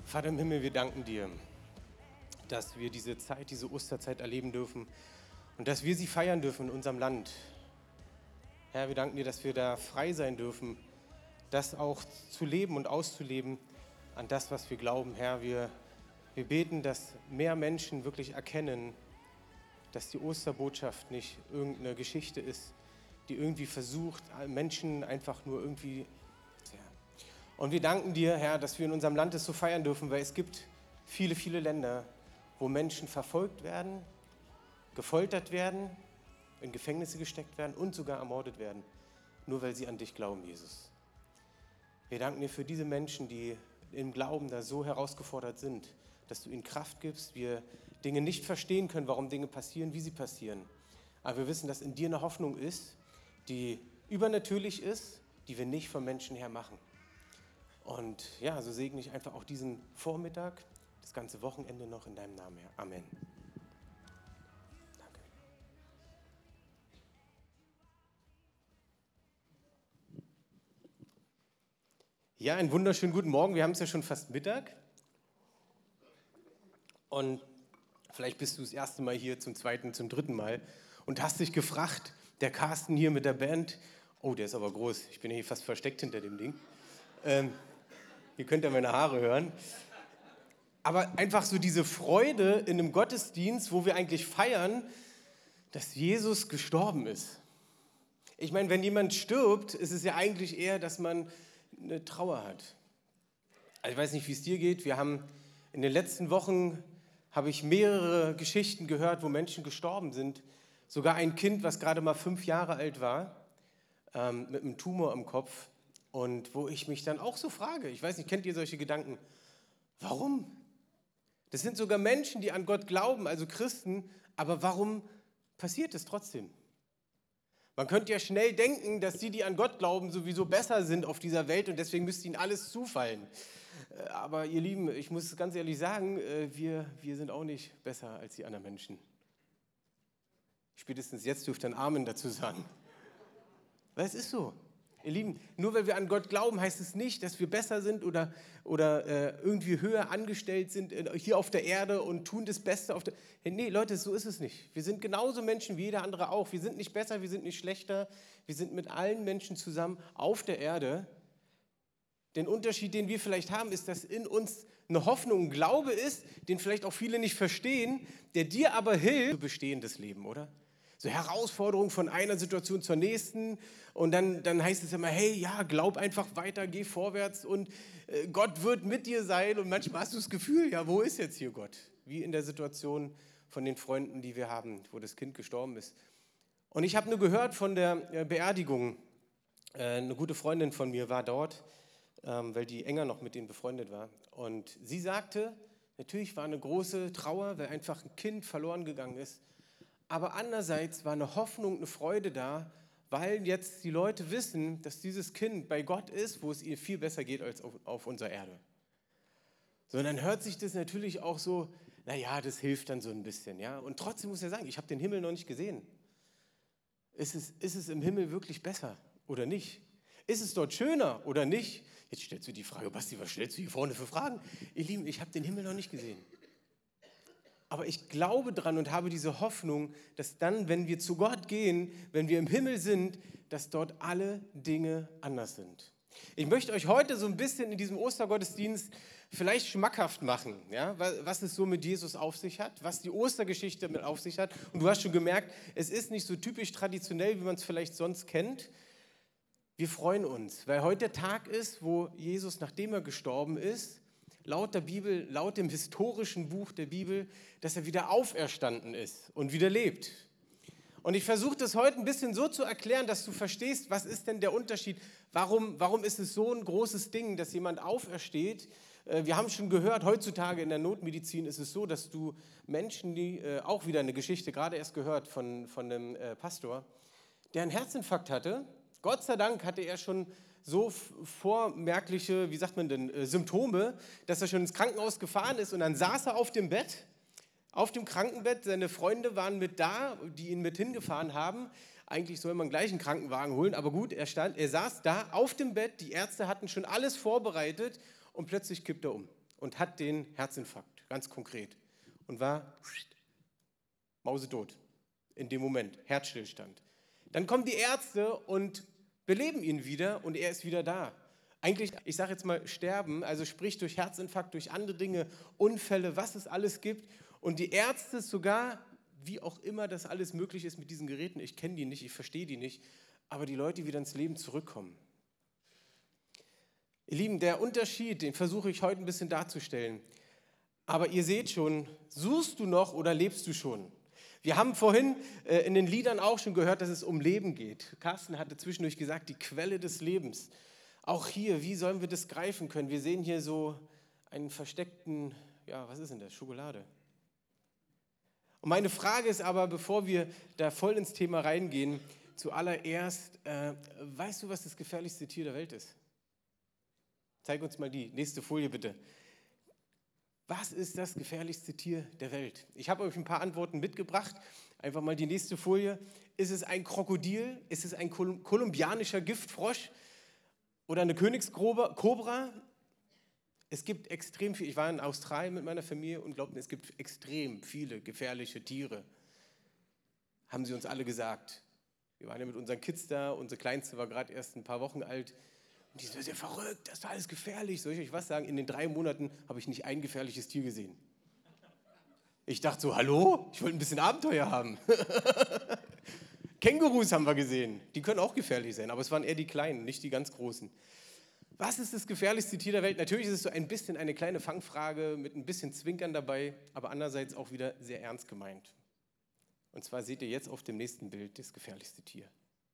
Vater im Himmel, wir danken dir, dass wir diese Zeit, diese Osterzeit erleben dürfen und dass wir sie feiern dürfen in unserem Land. Herr, wir danken dir, dass wir da frei sein dürfen, das auch zu leben und auszuleben an das, was wir glauben. Herr, wir beten, dass mehr Menschen wirklich erkennen, dass die Osterbotschaft nicht irgendeine Geschichte ist, die irgendwie versucht, Menschen einfach nur irgendwie... Und wir danken dir, Herr, dass wir in unserem Land es so feiern dürfen, weil es gibt viele, viele Länder, wo Menschen verfolgt werden, gefoltert werden, in Gefängnisse gesteckt werden und sogar ermordet werden, nur weil sie an dich glauben, Jesus. Wir danken dir für diese Menschen, die im Glauben da so herausgefordert sind, dass du ihnen Kraft gibst, wir Dinge nicht verstehen können, warum Dinge passieren, wie sie passieren. Aber wir wissen, dass in dir eine Hoffnung ist, die übernatürlich ist, die wir nicht vom Menschen her machen. Und ja, so segne ich einfach auch diesen Vormittag, das ganze Wochenende noch in deinem Namen, Herr. Amen. Danke. Ja, einen wunderschönen guten Morgen. Wir haben es ja schon fast Mittag. Und vielleicht bist du das erste Mal hier, zum zweiten, zum dritten Mal und hast dich gefragt, der Carsten hier mit der Band, oh, der ist aber groß, ich bin hier fast versteckt hinter dem Ding. Ihr könnt ja meine Haare hören. Aber einfach so diese Freude in einem Gottesdienst, wo wir eigentlich feiern, dass Jesus gestorben ist. Ich meine, wenn jemand stirbt, ist es ja eigentlich eher, dass man eine Trauer hat. Also ich weiß nicht, wie es dir geht. Wir haben in den letzten Wochen, habe ich mehrere Geschichten gehört, wo Menschen gestorben sind. Sogar ein Kind, was gerade mal 5 Jahre alt war, mit einem Tumor im Kopf. Und wo ich mich dann auch so frage, ich weiß nicht, kennt ihr solche Gedanken? Warum? Das sind sogar Menschen, die an Gott glauben, also Christen, aber warum passiert es trotzdem? Man könnte ja schnell denken, dass die an Gott glauben, sowieso besser sind auf dieser Welt und deswegen müsste ihnen alles zufallen. Aber ihr Lieben, ich muss ganz ehrlich sagen, wir sind auch nicht besser als die anderen Menschen. Spätestens jetzt dürft ihr ein Amen dazu sagen. Weil es ist so. Ihr Lieben, nur weil wir an Gott glauben, heißt es nicht, dass wir besser sind oder irgendwie höher angestellt sind hier auf der Erde und tun das Beste auf der... Nee, Leute, so ist es nicht. Wir sind genauso Menschen wie jeder andere auch. Wir sind nicht besser, wir sind nicht schlechter. Wir sind mit allen Menschen zusammen auf der Erde. Den Unterschied, den wir vielleicht haben, ist, dass in uns eine Hoffnung, ein Glaube ist, den vielleicht auch viele nicht verstehen, der dir aber hilft, zu bestehen, das Leben, oder? So Herausforderungen von einer Situation zur nächsten und dann heißt es immer, hey, ja, glaub einfach weiter, geh vorwärts und Gott wird mit dir sein und manchmal hast du das Gefühl, ja, wo ist jetzt hier Gott? Wie in der Situation von den Freunden, die wir haben, wo das Kind gestorben ist. Und ich habe nur gehört von der Beerdigung, eine gute Freundin von mir war dort, weil die enger noch mit denen befreundet war und sie sagte, natürlich war eine große Trauer, weil einfach ein Kind verloren gegangen ist. Aber andererseits war eine Hoffnung, eine Freude da, weil jetzt die Leute wissen, dass dieses Kind bei Gott ist, wo es ihr viel besser geht als auf unserer Erde. So, und dann hört sich das natürlich auch so, naja, das hilft dann so ein bisschen. Ja? Und trotzdem muss er sagen, ich habe den Himmel noch nicht gesehen. Ist es im Himmel wirklich besser oder nicht? Ist es dort schöner oder nicht? Jetzt stellst du die Frage, Basti, was stellst du hier vorne für Fragen? Ihr Lieben, ich habe den Himmel noch nicht gesehen. Aber ich glaube dran und habe diese Hoffnung, dass dann, wenn wir zu Gott gehen, wenn wir im Himmel sind, dass dort alle Dinge anders sind. Ich möchte euch heute so ein bisschen in diesem Ostergottesdienst vielleicht schmackhaft machen, ja, was es so mit Jesus auf sich hat, was die Ostergeschichte mit auf sich hat. Und du hast schon gemerkt, es ist nicht so typisch traditionell, wie man es vielleicht sonst kennt. Wir freuen uns, weil heute der Tag ist, wo Jesus, nachdem er gestorben ist, laut der Bibel, laut dem historischen Buch der Bibel, dass er wieder auferstanden ist und wieder lebt. Und ich versuche das heute ein bisschen so zu erklären, dass du verstehst, was ist denn der Unterschied? Warum ist es so ein großes Ding, dass jemand aufersteht? Wir haben schon gehört, heutzutage in der Notmedizin ist es so, dass du Menschen, die auch wieder eine Geschichte, gerade erst gehört von einem Pastor, der einen Herzinfarkt hatte. Gott sei Dank hatte er schon so vormerkliche, wie sagt man denn, Symptome, dass er schon ins Krankenhaus gefahren ist und dann saß er auf dem Bett, auf dem Krankenbett, seine Freunde waren mit da, die ihn mit hingefahren haben. Eigentlich soll man gleich einen Krankenwagen holen, aber gut, er saß da auf dem Bett, die Ärzte hatten schon alles vorbereitet und plötzlich kippt er um. und hat den Herzinfarkt, ganz konkret. Und war mausetot in dem Moment, Herzstillstand. Dann kommen die Ärzte und beleben ihn wieder und er ist wieder da. Eigentlich, ich sage jetzt mal sterben, also sprich durch Herzinfarkt, durch andere Dinge, Unfälle, was es alles gibt. Und die Ärzte sogar, wie auch immer das alles möglich ist mit diesen Geräten, ich kenne die nicht, ich verstehe die nicht, aber die Leute wieder ins Leben zurückkommen. Ihr Lieben, der Unterschied, den versuche ich heute ein bisschen darzustellen. Aber ihr seht schon, suchst du noch oder lebst du schon? Wir haben vorhin in den Liedern auch schon gehört, dass es um Leben geht. Carsten hatte zwischendurch gesagt, die Quelle des Lebens. Auch hier, wie sollen wir das greifen können? Wir sehen hier so einen versteckten, ja, was ist denn das? Schokolade. Und meine Frage ist aber, bevor wir da voll ins Thema reingehen, zuallererst, weißt du, was das gefährlichste Tier der Welt ist? Zeig uns mal die nächste Folie bitte. Was ist das gefährlichste Tier der Welt? Ich habe euch ein paar Antworten mitgebracht. Einfach mal die nächste Folie. Ist es ein Krokodil? Ist es ein kolumbianischer Giftfrosch? Oder eine Königskobra? Es gibt extrem viel. Ich war in Australien mit meiner Familie und glaubt mir, es gibt extrem viele gefährliche Tiere. Haben sie uns alle gesagt. Wir waren ja mit unseren Kids da. Unsere Kleinste war gerade erst ein paar Wochen alt. Und die sind sehr verrückt, das ist alles gefährlich. Soll ich euch was sagen? In den 3 Monaten habe ich nicht ein gefährliches Tier gesehen. Ich dachte so, hallo? Ich wollte ein bisschen Abenteuer haben. Kängurus haben wir gesehen. Die können auch gefährlich sein, aber es waren eher die kleinen, nicht die ganz großen. Was ist das gefährlichste Tier der Welt? Natürlich ist es so ein bisschen eine kleine Fangfrage mit ein bisschen Zwinkern dabei, aber andererseits auch wieder sehr ernst gemeint. Und zwar seht ihr jetzt auf dem nächsten Bild das gefährlichste Tier.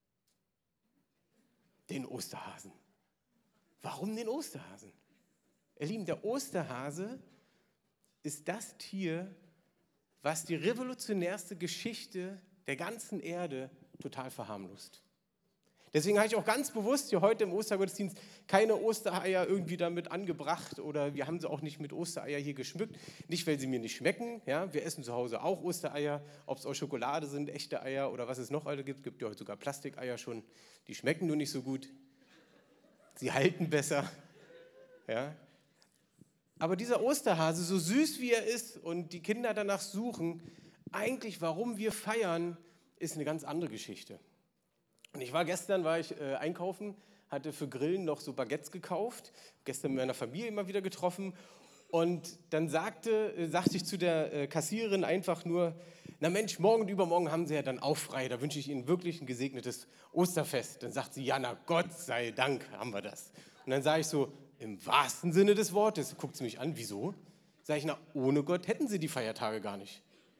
Den Osterhasen. Warum den Osterhasen? Ihr Lieben, der Osterhase ist das Tier, was die revolutionärste Geschichte der ganzen Erde total verharmlost. Deswegen habe ich auch ganz bewusst hier heute im Ostergottesdienst keine Ostereier irgendwie damit angebracht oder wir haben sie auch nicht mit Ostereier hier geschmückt. Nicht, weil sie mir nicht schmecken. Ja, wir essen zu Hause auch Ostereier, ob es aus Schokolade sind, echte Eier oder was es noch alle gibt. Es gibt ja heute sogar Plastikeier schon. Die schmecken nur nicht so gut. Sie halten besser. Ja. Aber dieser Osterhase, so süß wie er ist und die Kinder danach suchen, eigentlich warum wir feiern, ist eine ganz andere Geschichte. Und gestern war ich einkaufen, hatte für Grillen noch so Baguettes gekauft, gestern mit meiner Familie immer wieder getroffen und dann sagte ich zu der Kassiererin einfach nur, na Mensch, morgen und übermorgen haben Sie ja dann auch frei, da wünsche ich Ihnen wirklich ein gesegnetes Osterfest. Dann sagt sie, ja, na Gott sei Dank haben wir das. Und dann sage ich so, im wahrsten Sinne des Wortes, guckt sie mich an, wieso? Sage ich, na, ohne Gott hätten Sie die Feiertage gar nicht.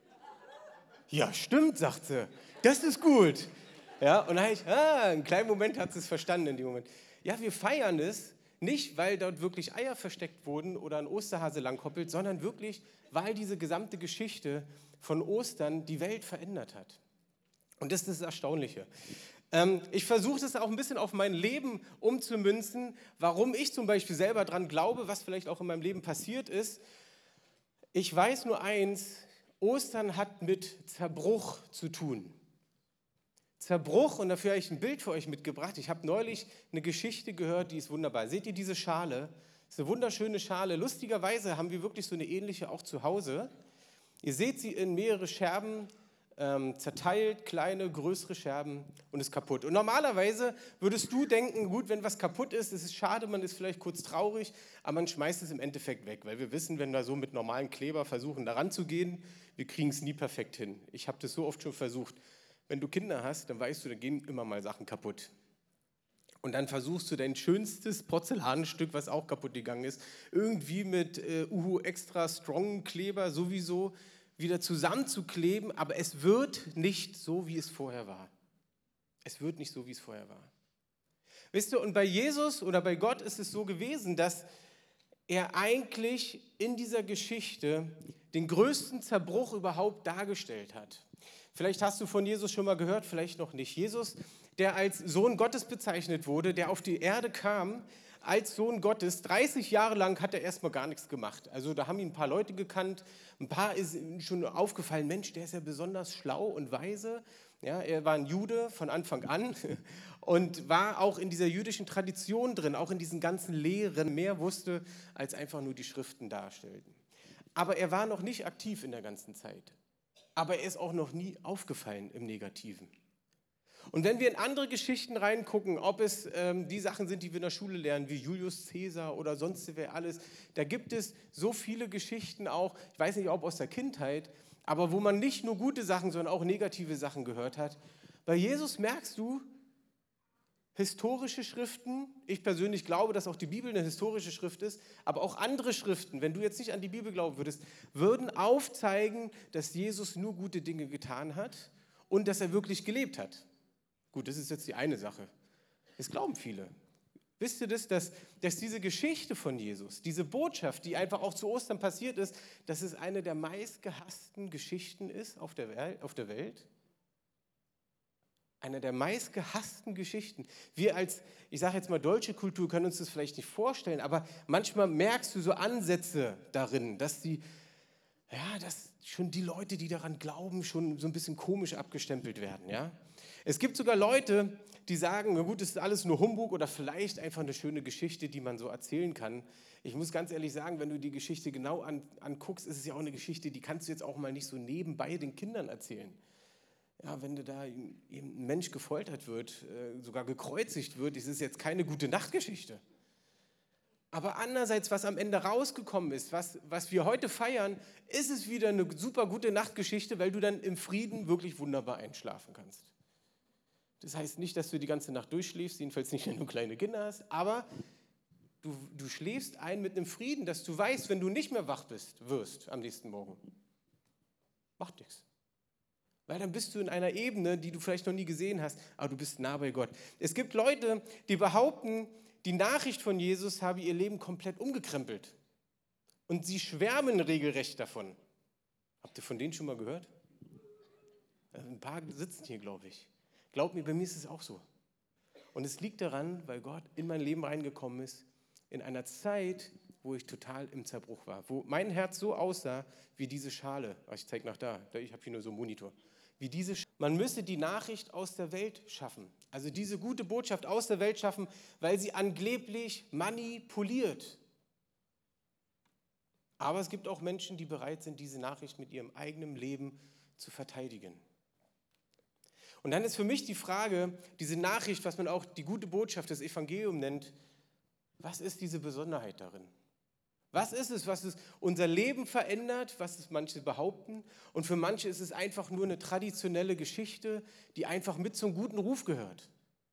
Ja, stimmt, sagt sie, das ist gut. Ja, und dann habe ich, einen kleinen Moment hat sie es verstanden in dem Moment. Ja, wir feiern es nicht, weil dort wirklich Eier versteckt wurden oder ein Osterhase langkoppelt, sondern wirklich, weil diese gesamte Geschichte von Ostern die Welt verändert hat. Und das ist das Erstaunliche. Ich versuche das auch ein bisschen auf mein Leben umzumünzen, warum ich zum Beispiel selber dran glaube, was vielleicht auch in meinem Leben passiert ist. Ich weiß nur eins, Ostern hat mit Zerbruch zu tun. Zerbruch, und dafür habe ich ein Bild für euch mitgebracht. Ich habe neulich eine Geschichte gehört, die ist wunderbar. Seht ihr diese Schale? Das ist eine wunderschöne Schale. Lustigerweise haben wir wirklich so eine ähnliche auch zu Hause. Ihr seht sie in mehrere Scherben zerteilt, kleine, größere Scherben und ist kaputt. Und normalerweise würdest du denken, gut, wenn was kaputt ist, es ist schade, man ist vielleicht kurz traurig, aber man schmeißt es im Endeffekt weg, weil wir wissen, wenn wir so mit normalen Kleber versuchen, daran zu gehen, wir kriegen es nie perfekt hin. Ich habe das so oft schon versucht. Wenn du Kinder hast, dann weißt du, da gehen immer mal Sachen kaputt. Und dann versuchst du dein schönstes Porzellanstück, was auch kaputt gegangen ist, irgendwie mit Uhu Extra Strong Kleber sowieso wieder zusammenzukleben, aber es wird nicht so, wie es vorher war. Es wird nicht so, wie es vorher war. Wisst ihr, und bei Jesus oder bei Gott ist es so gewesen, dass er eigentlich in dieser Geschichte den größten Zerbruch überhaupt dargestellt hat. Vielleicht hast du von Jesus schon mal gehört, vielleicht noch nicht. Jesus, der als Sohn Gottes bezeichnet wurde, der auf die Erde kam, als Sohn Gottes, 30 Jahre lang hat er erstmal gar nichts gemacht. Also da haben ihn ein paar Leute gekannt, ein paar ist ihm schon aufgefallen, Mensch, der ist ja besonders schlau und weise. Ja, er war ein Jude von Anfang an und war auch in dieser jüdischen Tradition drin, auch in diesen ganzen Lehren, mehr wusste, als einfach nur die Schriften darstellten. Aber er war noch nicht aktiv in der ganzen Zeit. Aber er ist auch noch nie aufgefallen im Negativen. Und wenn wir in andere Geschichten reingucken, ob es die Sachen sind, die wir in der Schule lernen, wie Julius Caesar oder sonst wer alles, da gibt es so viele Geschichten auch, ich weiß nicht, ob aus der Kindheit, aber wo man nicht nur gute Sachen, sondern auch negative Sachen gehört hat. Bei Jesus merkst du, historische Schriften, ich persönlich glaube, dass auch die Bibel eine historische Schrift ist, aber auch andere Schriften, wenn du jetzt nicht an die Bibel glauben würdest, würden aufzeigen, dass Jesus nur gute Dinge getan hat und dass er wirklich gelebt hat. Gut, das ist jetzt die eine Sache. Das glauben viele. Wisst ihr das, dass diese Geschichte von Jesus, diese Botschaft, die einfach auch zu Ostern passiert ist, dass es eine der meistgehassten Geschichten ist auf der Welt? Eine der meistgehassten Geschichten. Wir als, ich sage jetzt mal, deutsche Kultur können uns das vielleicht nicht vorstellen, aber manchmal merkst du so Ansätze darin, dass schon die Leute, die daran glauben, schon so ein bisschen komisch abgestempelt werden, ja? Es gibt sogar Leute, die sagen, na gut, das ist alles nur Humbug oder vielleicht einfach eine schöne Geschichte, die man so erzählen kann. Ich muss ganz ehrlich sagen, wenn du die Geschichte genau anguckst, ist es ja auch eine Geschichte, die kannst du jetzt auch mal nicht so nebenbei den Kindern erzählen. Ja, wenn da eben ein Mensch gefoltert wird, sogar gekreuzigt wird, ist es jetzt keine gute Nachtgeschichte. Aber andererseits, was am Ende rausgekommen ist, was wir heute feiern, ist es wieder eine super gute Nachtgeschichte, weil du dann im Frieden wirklich wunderbar einschlafen kannst. Das heißt nicht, dass du die ganze Nacht durchschläfst, jedenfalls nicht, wenn du kleine Kinder hast, aber du schläfst ein mit einem Frieden, dass du weißt, wenn du nicht mehr wach wirst am nächsten Morgen, macht nichts. Weil dann bist du in einer Ebene, die du vielleicht noch nie gesehen hast, aber du bist nah bei Gott. Es gibt Leute, die behaupten, die Nachricht von Jesus habe ihr Leben komplett umgekrempelt. Und sie schwärmen regelrecht davon. Habt ihr von denen schon mal gehört? Ein paar sitzen hier, glaube ich. Glaubt mir, bei mir ist es auch so. Und es liegt daran, weil Gott in mein Leben reingekommen ist, in einer Zeit, wo ich total im Zerbruch war, wo mein Herz so aussah wie diese Schale. Ich zeige nach da, ich habe hier nur so einen Monitor. Man müsse die Nachricht aus der Welt schaffen, also diese gute Botschaft aus der Welt schaffen, weil sie angeblich manipuliert. Aber es gibt auch Menschen, die bereit sind, diese Nachricht mit ihrem eigenen Leben zu verteidigen. Und dann ist für mich die Frage, diese Nachricht, was man auch die gute Botschaft des Evangeliums nennt, was ist diese Besonderheit darin? Was ist es, was unser Leben verändert, was es manche behaupten? Und für manche ist es einfach nur eine traditionelle Geschichte, die einfach mit zum guten Ruf gehört.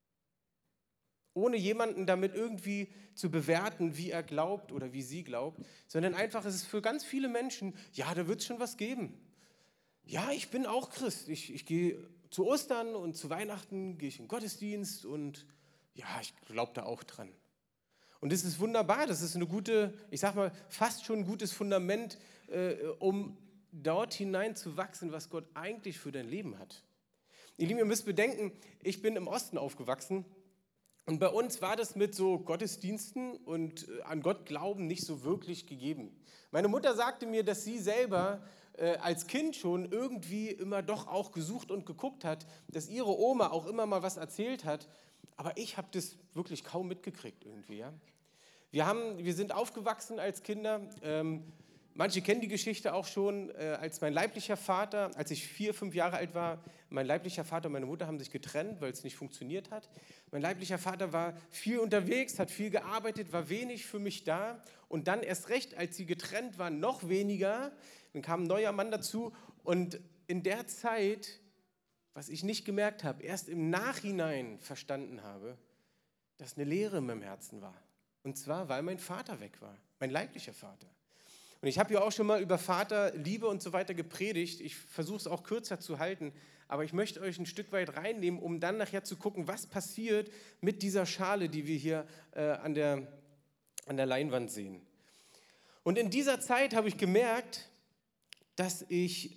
Ohne jemanden damit irgendwie zu bewerten, wie er glaubt oder wie sie glaubt, sondern einfach ist es für ganz viele Menschen, ja, da wird es schon was geben. Ja, ich bin auch Christ. Ich gehe zu Ostern und zu Weihnachten gehe ich in den Gottesdienst und ja, ich glaube da auch dran. Und das ist wunderbar, das ist eine gute, ich sag mal, fast schon ein gutes Fundament, um dort hinein zu wachsen, was Gott eigentlich für dein Leben hat. Ihr Lieben, ihr müsst bedenken, ich bin im Osten aufgewachsen und bei uns war das mit so Gottesdiensten und an Gott glauben nicht so wirklich gegeben. Meine Mutter sagte mir, dass sie selber als Kind schon irgendwie immer doch auch gesucht und geguckt hat, dass ihre Oma auch immer mal was erzählt hat, aber ich habe das wirklich kaum mitgekriegt irgendwie. Ja? Wir sind aufgewachsen als Kinder, manche kennen die Geschichte auch schon, als mein leiblicher Vater, als ich 4, 5 Jahre alt war, mein leiblicher Vater und meine Mutter haben sich getrennt, weil es nicht funktioniert hat. Mein leiblicher Vater war viel unterwegs, hat viel gearbeitet, war wenig für mich da und dann erst recht, als sie getrennt waren, noch weniger. Dann kam ein neuer Mann dazu und in der Zeit, was ich nicht gemerkt habe, erst im Nachhinein verstanden habe, dass eine Leere in meinem Herzen war. Und zwar, weil mein Vater weg war, mein leiblicher Vater. Und ich habe ja auch schon mal über Vaterliebe und so weiter gepredigt. Ich versuche es auch kürzer zu halten, aber ich möchte euch ein Stück weit reinnehmen, um dann nachher zu gucken, was passiert mit dieser Schale, die wir hier an der Leinwand sehen. Und in dieser Zeit habe ich gemerkt, dass ich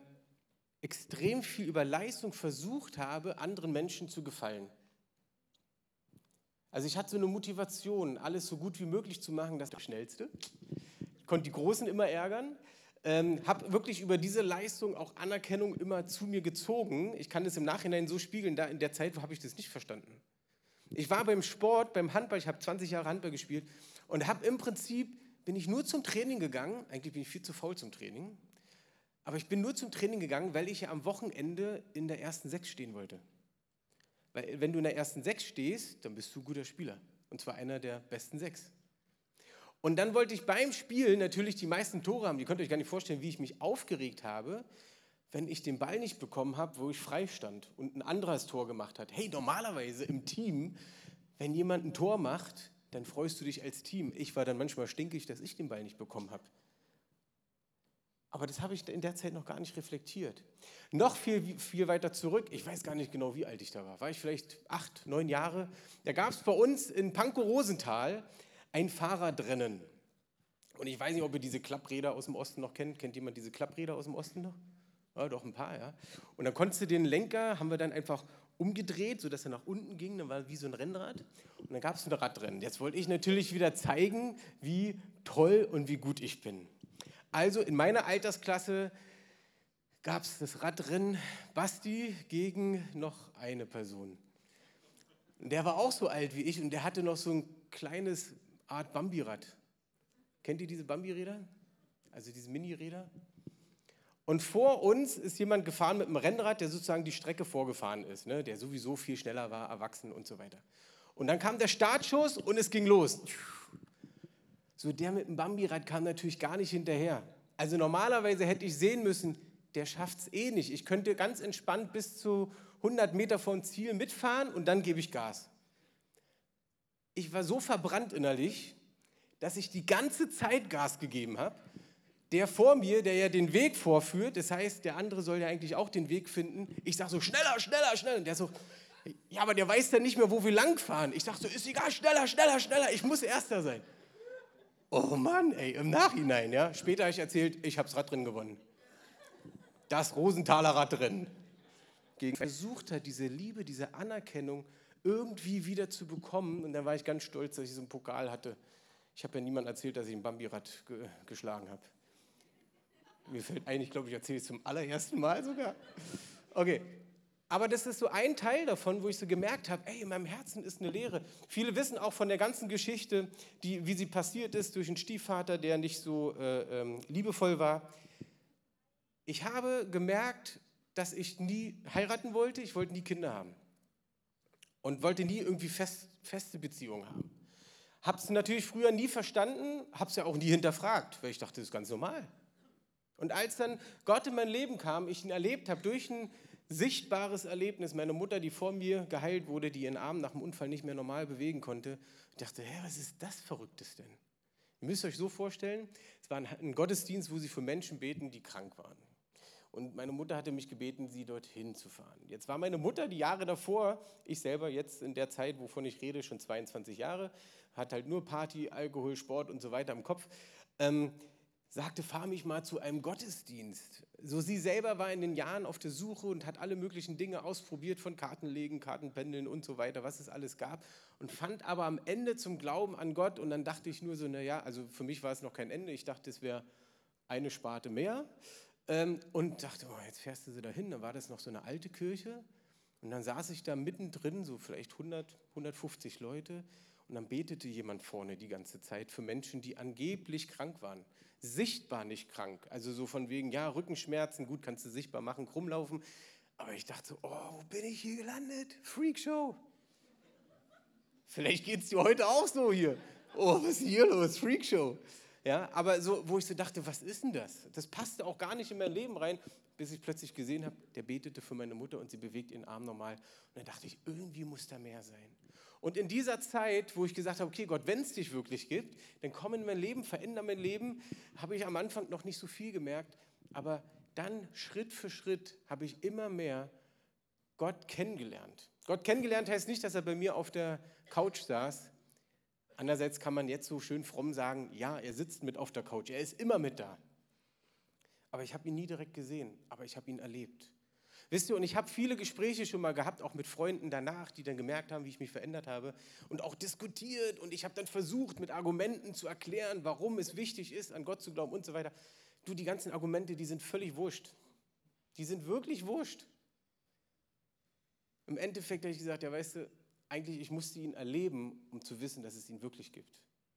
extrem viel über Leistung versucht habe, anderen Menschen zu gefallen. Also ich hatte so eine Motivation, alles so gut wie möglich zu machen, das ist das Schnellste. Ich konnte die Großen immer ärgern, habe wirklich über diese Leistung auch Anerkennung immer zu mir gezogen. Ich kann das im Nachhinein so spiegeln, da in der Zeit habe ich das nicht verstanden. Ich war beim Sport, beim Handball, ich habe 20 Jahre Handball gespielt und habe im Prinzip, bin ich nur zum Training gegangen, eigentlich bin ich viel zu faul zum Training, aber ich bin nur zum Training gegangen, weil ich ja am Wochenende in der ersten Sechs stehen wollte. Weil wenn du in der ersten Sechs stehst, dann bist du ein guter Spieler. Und zwar einer der besten Sechs. Und dann wollte ich beim Spielen natürlich die meisten Tore haben. Ihr könnt euch gar nicht vorstellen, wie ich mich aufgeregt habe, wenn ich den Ball nicht bekommen habe, wo ich frei stand und ein anderer das Tor gemacht hat. Hey, normalerweise im Team, wenn jemand ein Tor macht, dann freust du dich als Team. Ich war dann manchmal stinkig, dass ich den Ball nicht bekommen habe. Aber das habe ich in der Zeit noch gar nicht reflektiert. Noch viel weiter zurück, ich weiß gar nicht genau, wie alt ich da war. War ich vielleicht 8, 9 Jahre? Da gab es bei uns in Pankow-Rosenthal ein Fahrradrennen. Und ich weiß nicht, ob ihr diese Klappräder aus dem Osten noch kennt. Kennt jemand diese Klappräder aus dem Osten noch? Ja, doch ein paar, ja. Und dann konntest du den Lenker, haben wir dann einfach umgedreht, sodass er nach unten ging. Dann war er wie so ein Rennrad. Und dann gab es ein Radrennen. Jetzt wollte ich natürlich wieder zeigen, wie toll und wie gut ich bin. Also in meiner Altersklasse gab es das Radrennen Basti gegen noch eine Person. Und der war auch so alt wie ich und der hatte noch so ein kleines Art Bambirad. Kennt ihr diese Bambiräder? Also diese Mini-Räder? Und vor uns ist jemand gefahren mit einem Rennrad, der sozusagen die Strecke vorgefahren ist, ne? Der sowieso viel schneller war, erwachsen und so weiter. Und dann kam der Startschuss und es ging los. So, der mit dem Bambirad kam natürlich gar nicht hinterher. Also normalerweise hätte ich sehen müssen, der schafft es eh nicht. Ich könnte ganz entspannt bis zu 100 Meter vom Ziel mitfahren und dann gebe ich Gas. Ich war so verbrannt innerlich, dass ich die ganze Zeit Gas gegeben habe. Der vor mir, der ja den Weg vorführt, das heißt, der andere soll ja eigentlich auch den Weg finden. Ich sage so, schneller, schneller, schneller. Und der so, ja, aber der weiß dann nicht mehr, wo wir lang fahren. Ich sage so, ist egal, schneller, schneller, schneller, ich muss Erster sein. Oh Mann, ey, im Nachhinein, ja. Später habe ich erzählt, ich habe das Radrennen gewonnen. Das Rosenthaler Radrennen. Versucht hat, diese Liebe, diese Anerkennung irgendwie wieder zu bekommen. Und dann war ich ganz stolz, dass ich so einen Pokal hatte. Ich habe ja niemandem erzählt, dass ich ein Bambirad geschlagen habe. Mir fällt ein, ich glaube, ich erzähle es zum allerersten Mal sogar. Okay. Aber das ist so ein Teil davon, wo ich so gemerkt habe, ey, in meinem Herzen ist eine Leere. Viele wissen auch von der ganzen Geschichte, wie sie passiert ist durch einen Stiefvater, der nicht so liebevoll war. Ich habe gemerkt, dass ich nie heiraten wollte, ich wollte nie Kinder haben. Und wollte nie irgendwie feste Beziehungen haben. Habe es natürlich früher nie verstanden, habe es ja auch nie hinterfragt, weil ich dachte, das ist ganz normal. Und als dann Gott in mein Leben kam, ich ihn erlebt habe durch ein sichtbares Erlebnis, meine Mutter, die vor mir geheilt wurde, die ihren Arm nach dem Unfall nicht mehr normal bewegen konnte, ich dachte, hä, was ist das Verrücktes denn? Ihr müsst euch so vorstellen, es war ein Gottesdienst, wo sie für Menschen beten, die krank waren. Und meine Mutter hatte mich gebeten, sie dorthin zu fahren. Jetzt war meine Mutter die Jahre davor, ich selber jetzt in der Zeit, wovon ich rede, schon 22 Jahre, hat halt nur Party, Alkohol, Sport und so weiter im Kopf, sagte, fahr mich mal zu einem Gottesdienst. So sie selber war in den Jahren auf der Suche und hat alle möglichen Dinge ausprobiert, von Kartenlegen, Kartenpendeln und so weiter, was es alles gab, und fand aber am Ende zum Glauben an Gott. Und dann dachte ich nur so, naja, also für mich war es noch kein Ende, ich dachte, es wäre eine Sparte mehr. Und dachte, oh, jetzt fährst du da hin, dann war das noch so eine alte Kirche. Und dann saß ich da mittendrin, so vielleicht 100, 150 Leute, und dann betete jemand vorne die ganze Zeit für Menschen, die angeblich krank waren. Sichtbar nicht krank, also so von wegen, ja, Rückenschmerzen, gut, kannst du sichtbar machen, krummlaufen. Aber ich dachte so, oh, wo bin ich hier gelandet? Freakshow. Vielleicht geht es dir heute auch so hier. Oh, was ist hier los? Freakshow. Ja, aber so, wo ich so dachte, was ist denn das? Das passte auch gar nicht in mein Leben rein, bis ich plötzlich gesehen habe, der betete für meine Mutter und sie bewegt ihren Arm normal. Und dann dachte ich, irgendwie muss da mehr sein. Und in dieser Zeit, wo ich gesagt habe, okay Gott, wenn es dich wirklich gibt, dann komm in mein Leben, verändere mein Leben, habe ich am Anfang noch nicht so viel gemerkt, aber dann Schritt für Schritt habe ich immer mehr Gott kennengelernt. Gott kennengelernt heißt nicht, dass er bei mir auf der Couch saß. Andererseits kann man jetzt so schön fromm sagen, ja, er sitzt mit auf der Couch, er ist immer mit da. Aber ich habe ihn nie direkt gesehen, aber ich habe ihn erlebt. Wisst ihr, und ich habe viele Gespräche schon mal gehabt, auch mit Freunden danach, die dann gemerkt haben, wie ich mich verändert habe und auch diskutiert und ich habe dann versucht, mit Argumenten zu erklären, warum es wichtig ist, an Gott zu glauben und so weiter. Du, die ganzen Argumente, die sind völlig wurscht. Die sind wirklich wurscht. Im Endeffekt habe ich gesagt, ja, weißt du, eigentlich, ich musste ihn erleben, um zu wissen, dass es ihn wirklich gibt.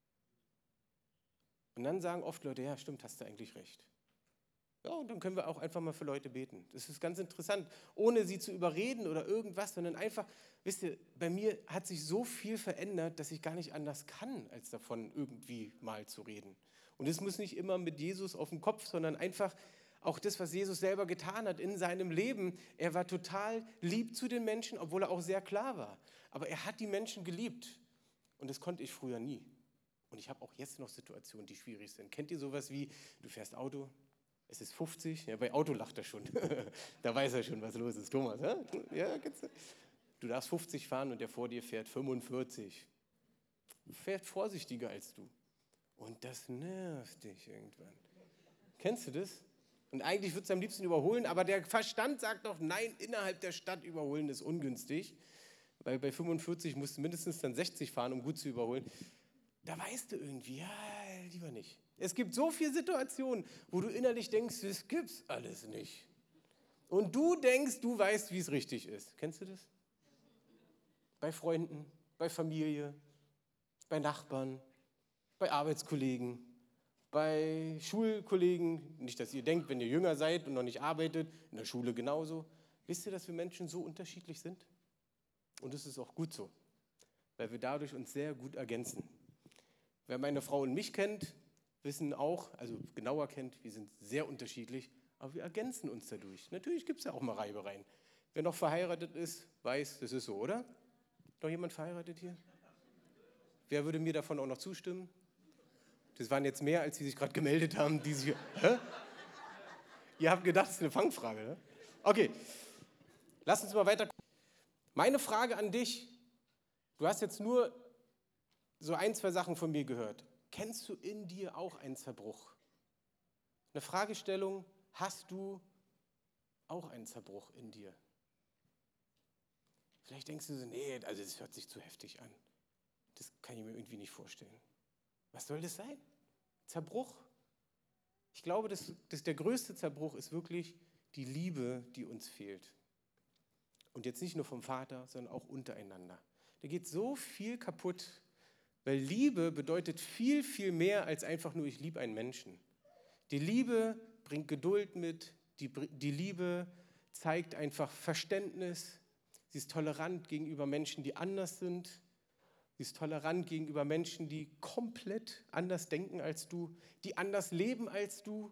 Und dann sagen oft Leute, ja, stimmt, hast du eigentlich recht. Ja, und dann können wir auch einfach mal für Leute beten. Das ist ganz interessant, ohne sie zu überreden oder irgendwas, sondern einfach, wisst ihr, bei mir hat sich so viel verändert, dass ich gar nicht anders kann, als davon irgendwie mal zu reden. Und es muss nicht immer mit Jesus auf dem Kopf, sondern einfach auch das, was Jesus selber getan hat in seinem Leben. Er war total lieb zu den Menschen, obwohl er auch sehr klar war. Aber er hat die Menschen geliebt. Und das konnte ich früher nie. Und ich habe auch jetzt noch Situationen, die schwierig sind. Kennt ihr sowas wie, du fährst Auto, es ist 50, ja, bei Auto lacht er schon. Da weiß er schon, was los ist. Thomas, ja, kennst du? Du darfst 50 fahren und der vor dir fährt 45. Fährt vorsichtiger als du. Und das nervt dich irgendwann. Kennst du das? Und eigentlich würdest du am liebsten überholen, aber der Verstand sagt doch, nein, innerhalb der Stadt überholen ist ungünstig. Weil bei 45 musst du mindestens dann 60 fahren, um gut zu überholen. Da weißt du irgendwie, ja, lieber nicht. Es gibt so viele Situationen, wo du innerlich denkst, das gibt's alles nicht. Und du denkst, du weißt, wie es richtig ist. Kennst du das? Bei Freunden, bei Familie, bei Nachbarn, bei Arbeitskollegen, bei Schulkollegen. Nicht, dass ihr denkt, wenn ihr jünger seid und noch nicht arbeitet, in der Schule genauso. Wisst ihr, dass wir Menschen so unterschiedlich sind? Und das ist auch gut so, weil wir dadurch uns sehr gut ergänzen. Wer meine Frau und mich kennt, wissen auch, also genauer kennt, wir sind sehr unterschiedlich, aber wir ergänzen uns dadurch. Natürlich gibt es ja auch mal Reibereien. Wer noch verheiratet ist, weiß, das ist so, oder? Noch jemand verheiratet hier? Wer würde mir davon auch noch zustimmen? Das waren jetzt mehr, als die sich gerade gemeldet haben. Die sich, hä? Ihr habt gedacht, das ist eine Fangfrage, ne? Okay, lass uns mal weiter. Meine Frage an dich, du hast jetzt nur so 1, 2 Sachen von mir gehört. Kennst du in dir auch einen Zerbruch? Eine Fragestellung, hast du auch einen Zerbruch in dir? Vielleicht denkst du so, nee, also das hört sich zu heftig an. Das kann ich mir irgendwie nicht vorstellen. Was soll das sein? Zerbruch? Ich glaube, der größte Zerbruch ist wirklich die Liebe, die uns fehlt. Und jetzt nicht nur vom Vater, sondern auch untereinander. Da geht so viel kaputt, weil Liebe bedeutet viel, viel mehr als einfach nur, ich liebe einen Menschen. Die Liebe bringt Geduld mit, die Liebe zeigt einfach Verständnis, sie ist tolerant gegenüber Menschen, die anders sind, sie ist tolerant gegenüber Menschen, die komplett anders denken als du, die anders leben als du,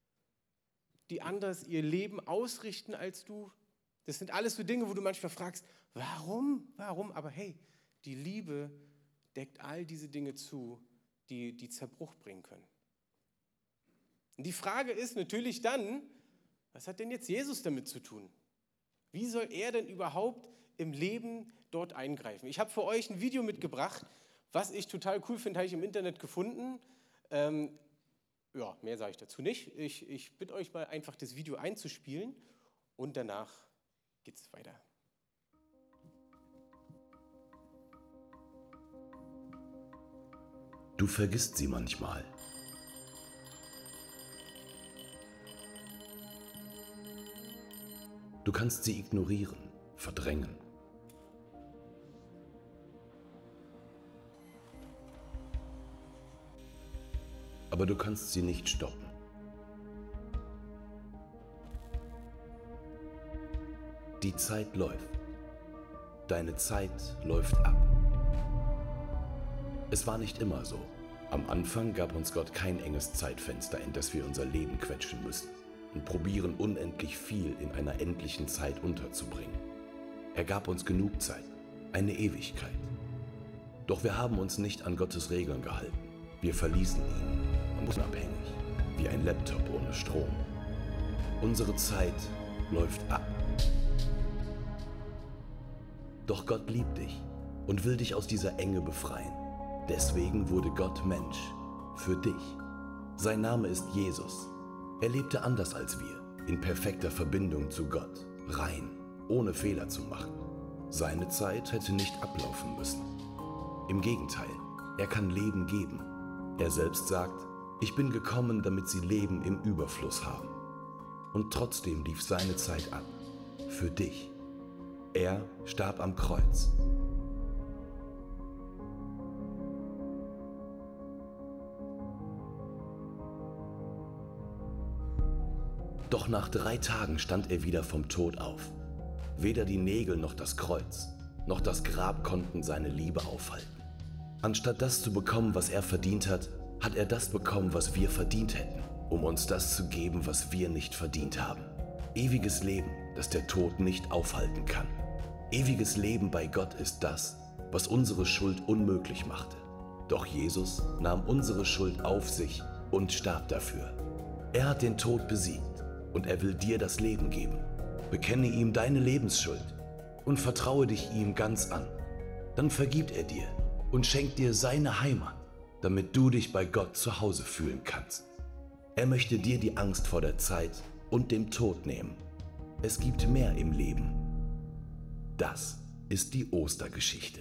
die anders ihr Leben ausrichten als du. Das sind alles so Dinge, wo du manchmal fragst, warum? Aber hey, die Liebe deckt all diese Dinge zu, die Zerbruch bringen können. Und die Frage ist natürlich dann, was hat denn jetzt Jesus damit zu tun? Wie soll er denn überhaupt im Leben dort eingreifen? Ich habe für euch ein Video mitgebracht, was ich total cool finde, habe ich im Internet gefunden. Ja, mehr sage ich dazu nicht. Ich bitte euch mal einfach das Video einzuspielen und danach geht es weiter. Du vergisst sie manchmal. Du kannst sie ignorieren, verdrängen. Aber du kannst sie nicht stoppen. Die Zeit läuft. Deine Zeit läuft ab. Es war nicht immer so. Am Anfang gab uns Gott kein enges Zeitfenster, in das wir unser Leben quetschen müssen und probieren unendlich viel in einer endlichen Zeit unterzubringen. Er gab uns genug Zeit, eine Ewigkeit. Doch wir haben uns nicht an Gottes Regeln gehalten. Wir verließen ihn und unabhängig, wie ein Laptop ohne Strom. Unsere Zeit läuft ab. Doch Gott liebt dich und will dich aus dieser Enge befreien. Deswegen wurde Gott Mensch, für dich. Sein Name ist Jesus. Er lebte anders als wir, in perfekter Verbindung zu Gott. rein, ohne Fehler zu machen. Seine Zeit hätte nicht ablaufen müssen. Im Gegenteil, er kann Leben geben. Er selbst sagt, ich bin gekommen, damit sie Leben im Überfluss haben. Und trotzdem lief seine Zeit ab. Für dich. Er starb am Kreuz. Doch nach 3 Tagen stand er wieder vom Tod auf. Weder die Nägel noch das Kreuz, noch das Grab konnten seine Liebe aufhalten. Anstatt das zu bekommen, was er verdient hat, hat er das bekommen, was wir verdient hätten, um uns das zu geben, was wir nicht verdient haben. Ewiges Leben, das der Tod nicht aufhalten kann. Ewiges Leben bei Gott ist das, was unsere Schuld unmöglich machte. Doch Jesus nahm unsere Schuld auf sich und starb dafür. Er hat den Tod besiegt und er will dir das Leben geben. Bekenne ihm deine Lebensschuld und vertraue dich ihm ganz an. Dann vergibt er dir und schenkt dir seine Heimat, damit du dich bei Gott zu Hause fühlen kannst. Er möchte dir die Angst vor der Zeit und dem Tod nehmen. Es gibt mehr im Leben. Das ist die Ostergeschichte.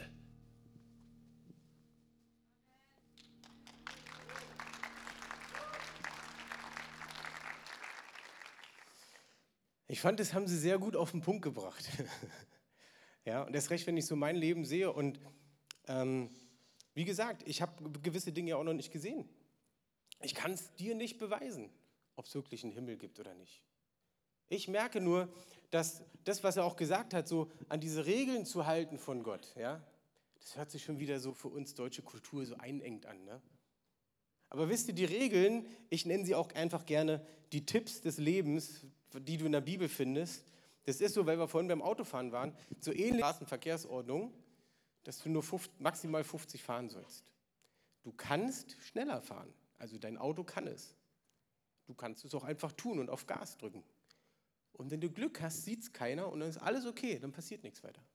Ich fand, das haben sie sehr gut auf den Punkt gebracht. Ja, und erst recht, wenn ich so mein Leben sehe. Und wie gesagt, ich habe gewisse Dinge ja auch noch nicht gesehen. Ich kann es dir nicht beweisen, ob es wirklich einen Himmel gibt oder nicht. Ich merke nur, dass das, was er auch gesagt hat, so an diese Regeln zu halten von Gott, ja, das hört sich schon wieder so für uns deutsche Kultur so einengt an. Ne? Aber wisst ihr, die Regeln, ich nenne sie auch einfach gerne die Tipps des Lebens, die du in der Bibel findest. Das ist so, weil wir vorhin beim Autofahren waren, so ähnlich Straßenverkehrsordnung, dass du nur maximal 50 fahren sollst. Du kannst schneller fahren, also dein Auto kann es. Du kannst es auch einfach tun und auf Gas drücken. Und wenn du Glück hast, sieht es keiner und dann ist alles okay, dann passiert nichts weiter.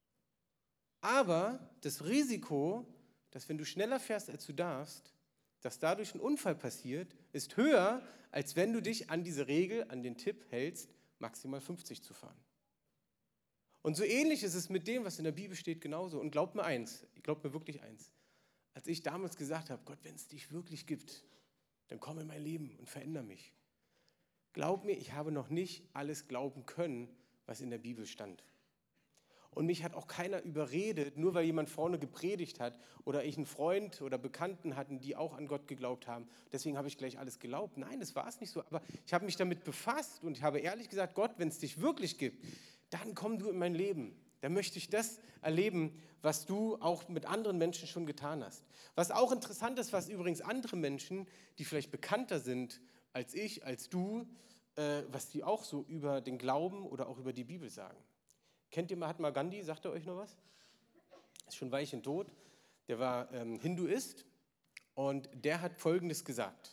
Aber das Risiko, dass wenn du schneller fährst, als du darfst, dass dadurch ein Unfall passiert, ist höher, als wenn du dich an diese Regel, an den Tipp hältst, maximal 50 zu fahren. Und so ähnlich ist es mit dem, was in der Bibel steht, genauso. Und glaubt mir wirklich eins. Als ich damals gesagt habe, Gott, wenn es dich wirklich gibt, dann komm in mein Leben und verändere mich. Glaub mir, ich habe noch nicht alles glauben können, was in der Bibel stand. Und mich hat auch keiner überredet, nur weil jemand vorne gepredigt hat oder ich einen Freund oder Bekannten hatten, die auch an Gott geglaubt haben. Deswegen habe ich gleich alles geglaubt. Nein, das war es nicht so. Aber ich habe mich damit befasst und ich habe ehrlich gesagt, Gott, wenn es dich wirklich gibt, dann komm du in mein Leben. Dann möchte ich das erleben, was du auch mit anderen Menschen schon getan hast. Was auch interessant ist, was übrigens andere Menschen, die vielleicht bekannter sind als ich, als du, was die auch so über den Glauben oder auch über die Bibel sagen. Kennt ihr Mahatma Gandhi? Sagt er euch noch was? Ist schon ein Weilchen tot. Der war Hinduist und der hat Folgendes gesagt.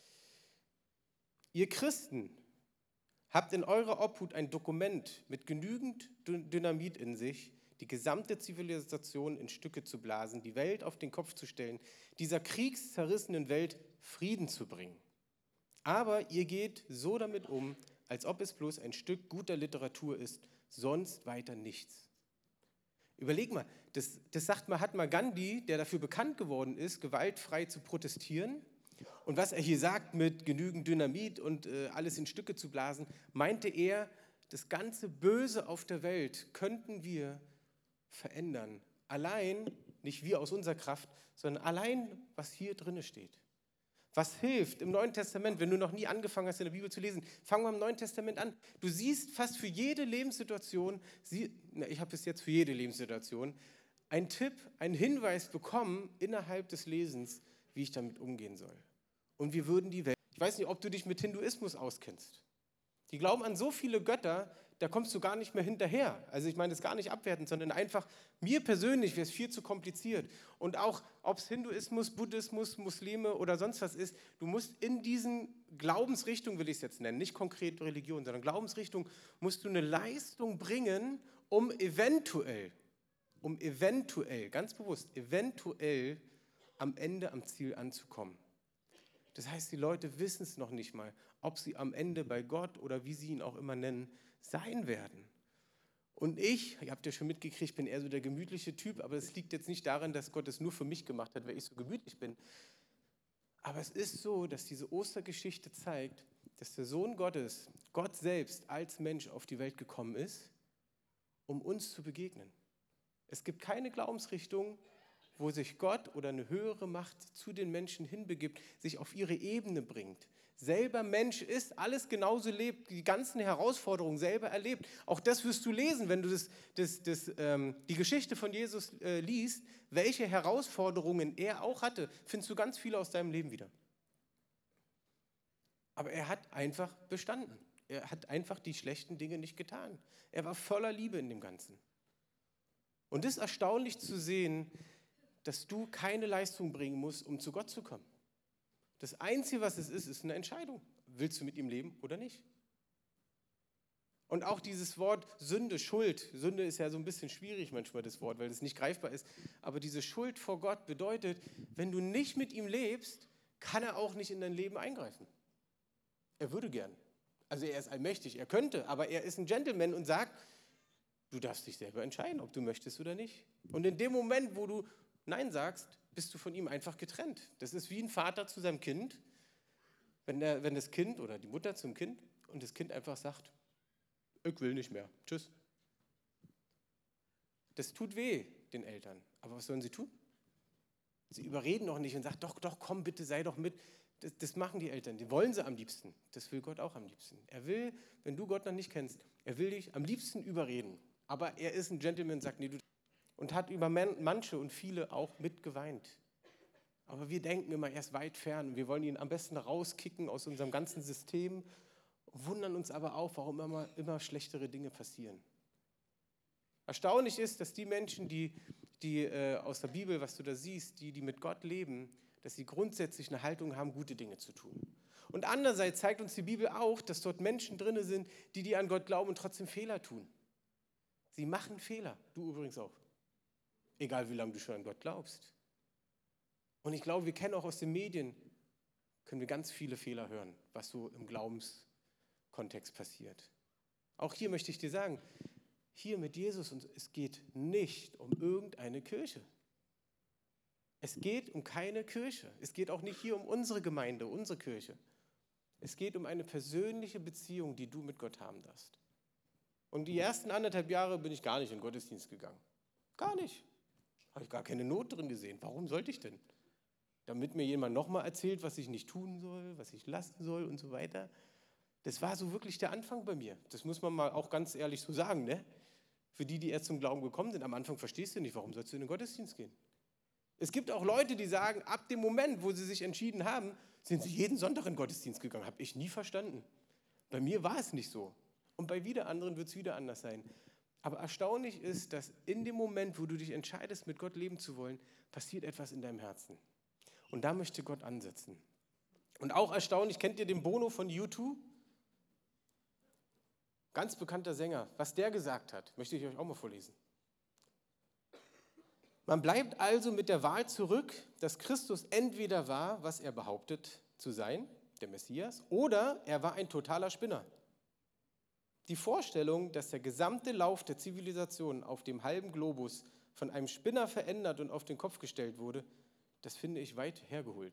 Ihr Christen habt in eurer Obhut ein Dokument mit genügend Dynamit in sich, die gesamte Zivilisation in Stücke zu blasen, die Welt auf den Kopf zu stellen, dieser kriegszerrissenen Welt Frieden zu bringen. Aber ihr geht so damit um, als ob es bloß ein Stück guter Literatur ist, sonst weiter nichts. Überleg mal, das sagt Mahatma Gandhi, der dafür bekannt geworden ist, gewaltfrei zu protestieren. Und was er hier sagt mit genügend Dynamit und alles in Stücke zu blasen, meinte er, das ganze Böse auf der Welt könnten wir verändern. Allein, nicht wir aus unserer Kraft, sondern allein, was hier drin steht. Was hilft im Neuen Testament, wenn du noch nie angefangen hast, in der Bibel zu lesen? Fang mal im Neuen Testament an. Du siehst fast für jede Lebenssituation, ich habe bis jetzt für jede Lebenssituation, einen Tipp, einen Hinweis bekommen innerhalb des Lesens, wie ich damit umgehen soll. Und wir würden die Welt. Ich weiß nicht, ob du dich mit Hinduismus auskennst. Die glauben an so viele Götter, da kommst du gar nicht mehr hinterher. Also ich meine das gar nicht abwertend, sondern einfach, mir persönlich wäre es viel zu kompliziert. Und auch, ob es Hinduismus, Buddhismus, Muslime oder sonst was ist, du musst in diesen Glaubensrichtung, will ich es jetzt nennen, nicht konkret Religion, sondern Glaubensrichtung, musst du eine Leistung bringen, um eventuell, ganz bewusst, eventuell am Ende am Ziel anzukommen. Das heißt, die Leute wissen es noch nicht mal, ob sie am Ende bei Gott oder wie sie ihn auch immer nennen, sein werden. Und ihr habt ja schon mitgekriegt, bin eher so der gemütliche Typ, aber es liegt jetzt nicht daran, dass Gott es nur für mich gemacht hat, weil ich so gemütlich bin. Aber es ist so, dass diese Ostergeschichte zeigt, dass der Sohn Gottes, Gott selbst als Mensch auf die Welt gekommen ist, um uns zu begegnen. Es gibt keine Glaubensrichtung, wo sich Gott oder eine höhere Macht zu den Menschen hinbegibt, sich auf ihre Ebene bringt, selber Mensch ist, alles genauso lebt, die ganzen Herausforderungen selber erlebt. Auch das wirst du lesen, wenn du die Geschichte von Jesus liest, welche Herausforderungen er auch hatte, findest du ganz viele aus deinem Leben wieder. Aber er hat einfach bestanden. Er hat einfach die schlechten Dinge nicht getan. Er war voller Liebe in dem Ganzen. Und es ist erstaunlich zu sehen, dass du keine Leistung bringen musst, um zu Gott zu kommen. Das Einzige, was es ist eine Entscheidung. Willst du mit ihm leben oder nicht? Und auch dieses Wort Sünde, Schuld. Sünde ist ja so ein bisschen schwierig manchmal, das Wort, weil es nicht greifbar ist. Aber diese Schuld vor Gott bedeutet, wenn du nicht mit ihm lebst, kann er auch nicht in dein Leben eingreifen. Er würde gern. Also er ist allmächtig, er könnte, aber er ist ein Gentleman und sagt, du darfst dich selber entscheiden, ob du möchtest oder nicht. Und in dem Moment, wo du Nein sagst, bist du von ihm einfach getrennt. Das ist wie ein Vater zu seinem Kind, wenn das Kind oder die Mutter zum Kind und das Kind einfach sagt, ich will nicht mehr, tschüss. Das tut weh, den Eltern. Aber was sollen sie tun? Sie überreden noch nicht und sagen, doch, komm bitte, sei doch mit. Das machen die Eltern, die wollen sie am liebsten. Das will Gott auch am liebsten. Er will, wenn du Gott noch nicht kennst, er will dich am liebsten überreden. Aber er ist ein Gentleman, sagt, nee, du. Und hat über manche und viele auch mitgeweint. Aber wir denken immer, er ist weit fern. Wir wollen ihn am besten rauskicken aus unserem ganzen System, wundern uns aber auch, warum immer schlechtere Dinge passieren. Erstaunlich ist, dass die Menschen, die aus der Bibel, was du da siehst, die mit Gott leben, dass sie grundsätzlich eine Haltung haben, gute Dinge zu tun. Und andererseits zeigt uns die Bibel auch, dass dort Menschen drin sind, die an Gott glauben und trotzdem Fehler tun. Sie machen Fehler, du übrigens auch. Egal wie lange du schon an Gott glaubst. Und ich glaube, wir kennen auch aus den Medien, können wir ganz viele Fehler hören, was so im Glaubenskontext passiert. Auch hier möchte ich dir sagen, hier mit Jesus, und es geht nicht um irgendeine Kirche. Es geht um keine Kirche. Es geht auch nicht hier um unsere Gemeinde, unsere Kirche. Es geht um eine persönliche Beziehung, die du mit Gott haben darfst. Und die ersten 1,5 Jahre bin ich gar nicht in den Gottesdienst gegangen. Gar nicht. Habe ich gar keine Not drin gesehen. Warum sollte ich denn? Damit mir jemand nochmal erzählt, was ich nicht tun soll, was ich lassen soll und so weiter. Das war so wirklich der Anfang bei mir. Das muss man mal auch ganz ehrlich so sagen, ne? Für die erst zum Glauben gekommen sind, am Anfang verstehst du nicht, warum sollst du in den Gottesdienst gehen? Es gibt auch Leute, die sagen, ab dem Moment, wo sie sich entschieden haben, sind sie jeden Sonntag in den Gottesdienst gegangen. Habe ich nie verstanden. Bei mir war es nicht so. Und bei wieder anderen wird es wieder anders sein. Aber erstaunlich ist, dass in dem Moment, wo du dich entscheidest, mit Gott leben zu wollen, passiert etwas in deinem Herzen. Und da möchte Gott ansetzen. Und auch erstaunlich, kennt ihr den Bono von U2? Ganz bekannter Sänger. Was der gesagt hat, möchte ich euch auch mal vorlesen. Man bleibt also mit der Wahl zurück, dass Christus entweder war, was er behauptet zu sein, der Messias, oder er war ein totaler Spinner. Die Vorstellung, dass der gesamte Lauf der Zivilisation auf dem halben Globus von einem Spinner verändert und auf den Kopf gestellt wurde, das finde ich weit hergeholt.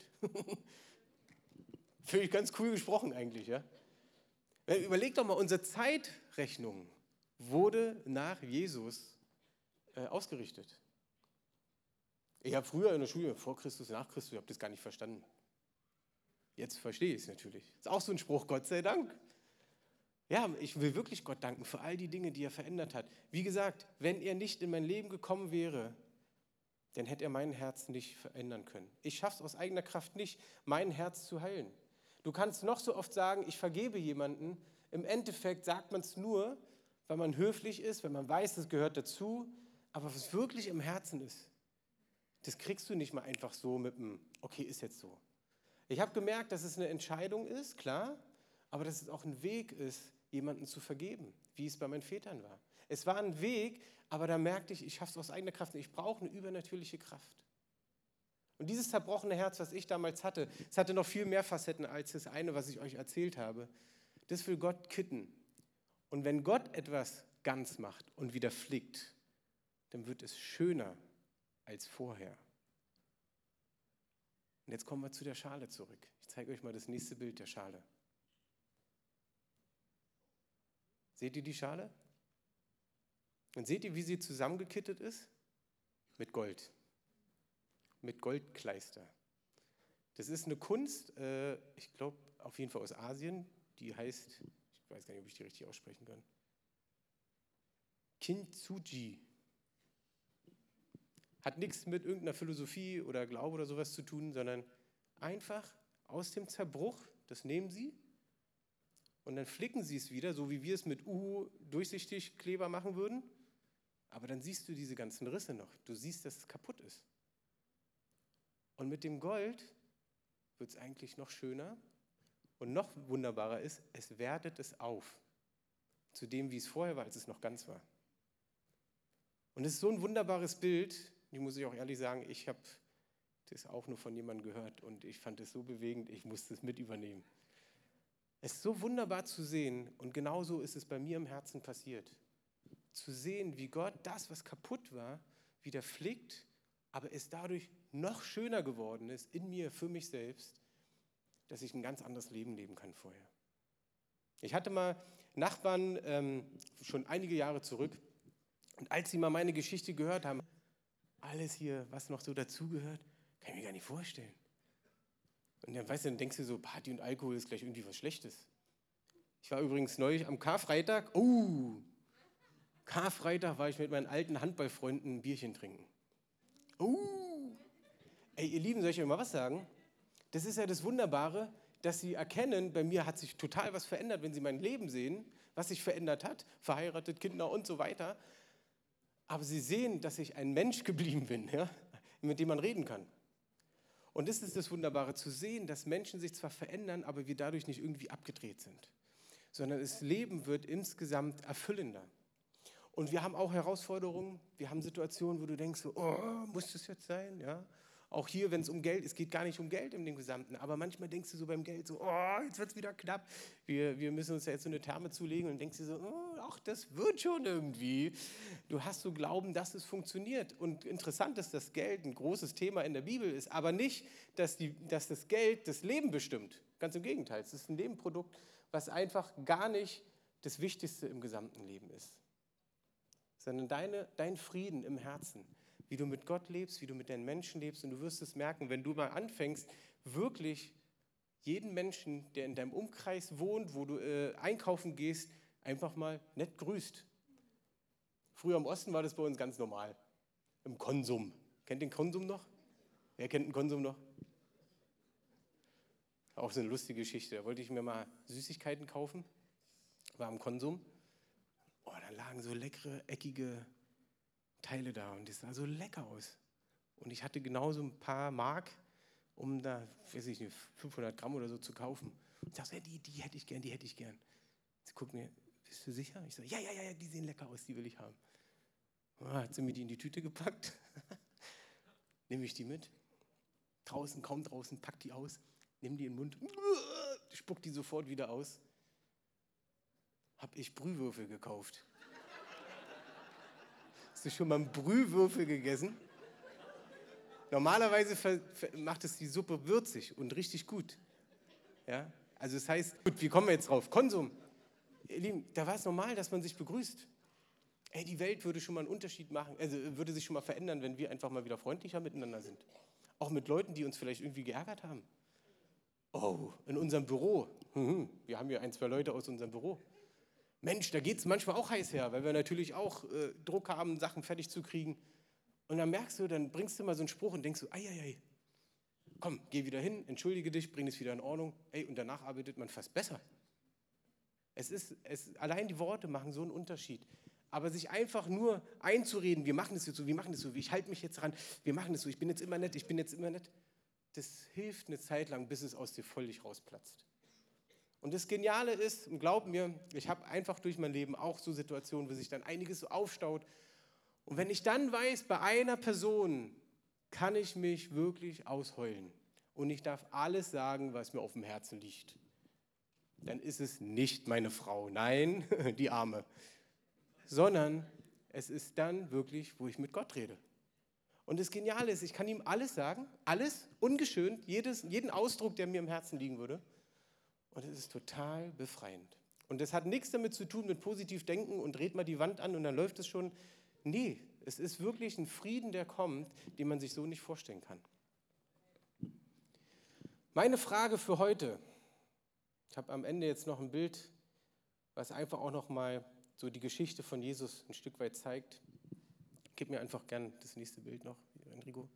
Finde ich ganz cool gesprochen eigentlich, ja. Überleg doch mal, unsere Zeitrechnung wurde nach Jesus ausgerichtet. Ich habe früher in der Schule, vor Christus, nach Christus, ich habe das gar nicht verstanden. Jetzt verstehe ich es natürlich. Ist auch so ein Spruch, Gott sei Dank. Ja, ich will wirklich Gott danken für all die Dinge, die er verändert hat. Wie gesagt, wenn er nicht in mein Leben gekommen wäre, dann hätte er mein Herz nicht verändern können. Ich schaffe es aus eigener Kraft nicht, mein Herz zu heilen. Du kannst noch so oft sagen, ich vergebe jemanden. Im Endeffekt sagt man es nur, weil man höflich ist, wenn man weiß, es gehört dazu. Aber was wirklich im Herzen ist, das kriegst du nicht mal einfach so mit einem, okay, ist jetzt so. Ich habe gemerkt, dass es eine Entscheidung ist, klar, aber dass es auch ein Weg ist, jemanden zu vergeben, wie es bei meinen Vätern war. Es war ein Weg, aber da merkte ich schaffe es aus eigener Kraft nicht. Ich brauche eine übernatürliche Kraft. Und dieses zerbrochene Herz, was ich damals hatte, es hatte noch viel mehr Facetten als das eine, was ich euch erzählt habe. Das will Gott kitten. Und wenn Gott etwas ganz macht und wieder flickt, dann wird es schöner als vorher. Und jetzt kommen wir zu der Schale zurück. Ich zeige euch mal das nächste Bild der Schale. Seht ihr die Schale? Und seht ihr, wie sie zusammengekittet ist? Mit Gold. Mit Goldkleister. Das ist eine Kunst, ich glaube auf jeden Fall aus Asien, die heißt, ich weiß gar nicht, ob ich die richtig aussprechen kann, Kintsugi. Hat nichts mit irgendeiner Philosophie oder Glaube oder sowas zu tun, sondern einfach aus dem Zerbruch, das nehmen sie und dann flicken sie es wieder, so wie wir es mit durchsichtig Kleber machen würden, aber dann siehst du diese ganzen Risse noch. Du siehst, dass es kaputt ist. Und mit dem Gold wird es eigentlich noch schöner und noch wunderbarer ist, es wertet es auf zu dem, wie es vorher war, als es noch ganz war. Und es ist so ein wunderbares Bild, ich muss auch ehrlich sagen, ich habe das auch nur von jemandem gehört und ich fand es so bewegend, ich musste es mit übernehmen. Es ist so wunderbar zu sehen und genauso ist es bei mir im Herzen passiert. Zu sehen, wie Gott das, was kaputt war, wieder flickt, aber es dadurch noch schöner geworden ist in mir, für mich selbst, dass ich ein ganz anderes Leben leben kann vorher. Ich hatte mal Nachbarn, schon einige Jahre zurück, und als sie mal meine Geschichte gehört haben, alles hier, was noch so dazugehört, kann ich mir gar nicht vorstellen. Und dann, weißt du, dann denkst du so, Party und Alkohol ist gleich irgendwie was Schlechtes. Ich war übrigens neulich am Karfreitag, Karfreitag war ich mit meinen alten Handballfreunden ein Bierchen trinken. Ey, ihr Lieben, soll ich euch mal was sagen? Das ist ja das Wunderbare, dass sie erkennen, bei mir hat sich total was verändert, wenn sie mein Leben sehen, was sich verändert hat, verheiratet, Kinder und so weiter. Aber sie sehen, dass ich ein Mensch geblieben bin, ja, mit dem man reden kann. Und das ist das Wunderbare, zu sehen, dass Menschen sich zwar verändern, aber wir dadurch nicht irgendwie abgedreht sind, sondern das Leben wird insgesamt erfüllender. Und wir haben auch Herausforderungen, wir haben Situationen, wo du denkst, so, muss das jetzt sein? Ja? Auch hier, wenn es um Geld, es geht gar nicht um Geld im Gesamten, aber manchmal denkst du so beim Geld so, jetzt wird es wieder knapp, wir müssen uns ja jetzt so eine Therme zulegen und denkst dir so, ach, das wird schon irgendwie. Du hast so Glauben, dass es funktioniert. Und interessant ist, dass Geld ein großes Thema in der Bibel ist, aber nicht, dass das Geld das Leben bestimmt. Ganz im Gegenteil, es ist ein Nebenprodukt, was einfach gar nicht das Wichtigste im gesamten Leben ist. Sondern dein Frieden im Herzen, wie du mit Gott lebst, wie du mit deinen Menschen lebst. Und du wirst es merken, wenn du mal anfängst, wirklich jeden Menschen, der in deinem Umkreis wohnt, wo du einkaufen gehst, einfach mal nett grüßt. Früher im Osten war das bei uns ganz normal. Im Konsum. Kennt den Konsum noch? Wer kennt den Konsum noch? Auch so eine lustige Geschichte. Da wollte ich mir mal Süßigkeiten kaufen. War im Konsum. Da lagen so leckere, eckige Teile da und das sah so lecker aus. Und ich hatte genauso ein paar Mark, um da, weiß ich nicht, 500 Gramm oder so zu kaufen. Und ich dachte, die hätte ich gern, die hätte ich gern. Sie guckt mir, bist du sicher? Ich sage, ja, die sehen lecker aus, die will ich haben. Hat sie mir die in die Tüte gepackt. Nehme ich die mit. Kaum draußen, pack die aus, nimm die in den Mund, spuck die sofort wieder aus. Habe ich Brühwürfel gekauft. Hast du schon mal einen Brühwürfel gegessen? Normalerweise macht es die Suppe würzig und richtig gut. Ja? Also das heißt, gut, wie kommen wir jetzt drauf? Konsum. Ihr Lieben, da war es normal, dass man sich begrüßt. Die Welt würde schon mal einen Unterschied machen, also würde sich schon mal verändern, wenn wir einfach mal wieder freundlicher miteinander sind. Auch mit Leuten, die uns vielleicht irgendwie geärgert haben. In unserem Büro. Wir haben hier 1, 2 Leute aus unserem Büro. Mensch, da geht es manchmal auch heiß her, weil wir natürlich auch Druck haben, Sachen fertig zu kriegen. Und dann merkst du, dann bringst du mal so einen Spruch und denkst so, komm, geh wieder hin, entschuldige dich, bring es wieder in Ordnung. Und danach arbeitet man fast besser. Allein die Worte machen so einen Unterschied. Aber sich einfach nur einzureden, wir machen das jetzt so, ich halte mich jetzt ran, wir machen das so, ich bin jetzt immer nett, das hilft eine Zeit lang, bis es aus dir völlig rausplatzt. Und das Geniale ist, und glaub mir, ich habe einfach durch mein Leben auch so Situationen, wo sich dann einiges so aufstaut. Und wenn ich dann weiß, bei einer Person, kann ich mich wirklich ausheulen und ich darf alles sagen, was mir auf dem Herzen liegt. Dann ist es nicht meine Frau, nein, die Arme, sondern es ist dann wirklich, wo ich mit Gott rede. Und das Geniale ist, ich kann ihm alles sagen, alles, ungeschönt, jeden Ausdruck, der mir im Herzen liegen würde. Und es ist total befreiend. Und das hat nichts damit zu tun mit positiv denken und dreht mal die Wand an und dann läuft es schon. Nee, es ist wirklich ein Frieden, der kommt, den man sich so nicht vorstellen kann. Meine Frage für heute, ich habe am Ende jetzt noch ein Bild, was einfach auch noch mal so die Geschichte von Jesus ein Stück weit zeigt. Gib mir einfach gern das nächste Bild noch, Enrico.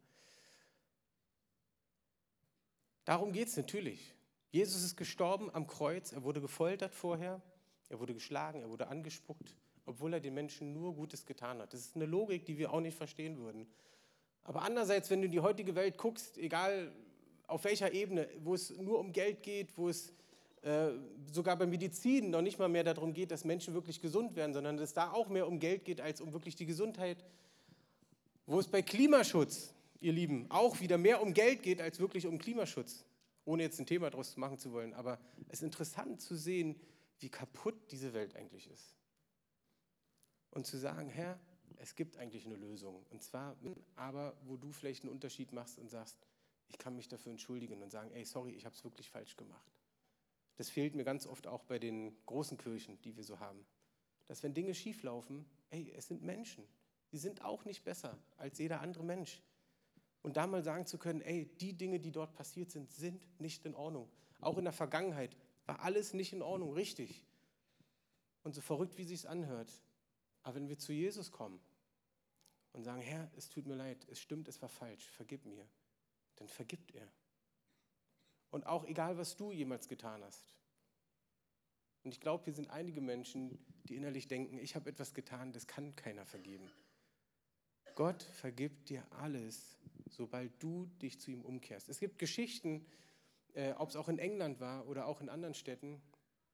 Darum geht es natürlich. Jesus ist gestorben am Kreuz, er wurde gefoltert vorher, er wurde geschlagen, er wurde angespuckt, obwohl er den Menschen nur Gutes getan hat. Das ist eine Logik, die wir auch nicht verstehen würden. Aber andererseits, wenn du in die heutige Welt guckst, egal auf welcher Ebene, wo es nur um Geld geht, wo es sogar bei Medizin noch nicht mal mehr darum geht, dass Menschen wirklich gesund werden, sondern dass es da auch mehr um Geld geht, als um wirklich die Gesundheit. Wo es bei Klimaschutz, ihr Lieben, auch wieder mehr um Geld geht, als wirklich um Klimaschutz. Ohne jetzt ein Thema daraus machen zu wollen. Aber es ist interessant zu sehen, wie kaputt diese Welt eigentlich ist. Und zu sagen, Herr, es gibt eigentlich eine Lösung. Und zwar, aber wo du vielleicht einen Unterschied machst und sagst, ich kann mich dafür entschuldigen und sagen, ey, sorry, ich habe es wirklich falsch gemacht. Das fehlt mir ganz oft auch bei den großen Kirchen, die wir so haben. Dass wenn Dinge schieflaufen, ey, es sind Menschen. Die sind auch nicht besser als jeder andere Mensch. Und da mal sagen zu können, ey, die Dinge, die dort passiert sind, sind nicht in Ordnung. Auch in der Vergangenheit war alles nicht in Ordnung, richtig. Und so verrückt, wie es sich anhört. Aber wenn wir zu Jesus kommen und sagen, Herr, es tut mir leid, es stimmt, es war falsch, vergib mir, dann vergibt er. Und auch egal, was du jemals getan hast. Und ich glaube, hier sind einige Menschen, die innerlich denken, ich habe etwas getan, das kann keiner vergeben. Gott vergibt dir alles, sobald du dich zu ihm umkehrst. Es gibt Geschichten, ob es auch in England war oder auch in anderen Städten,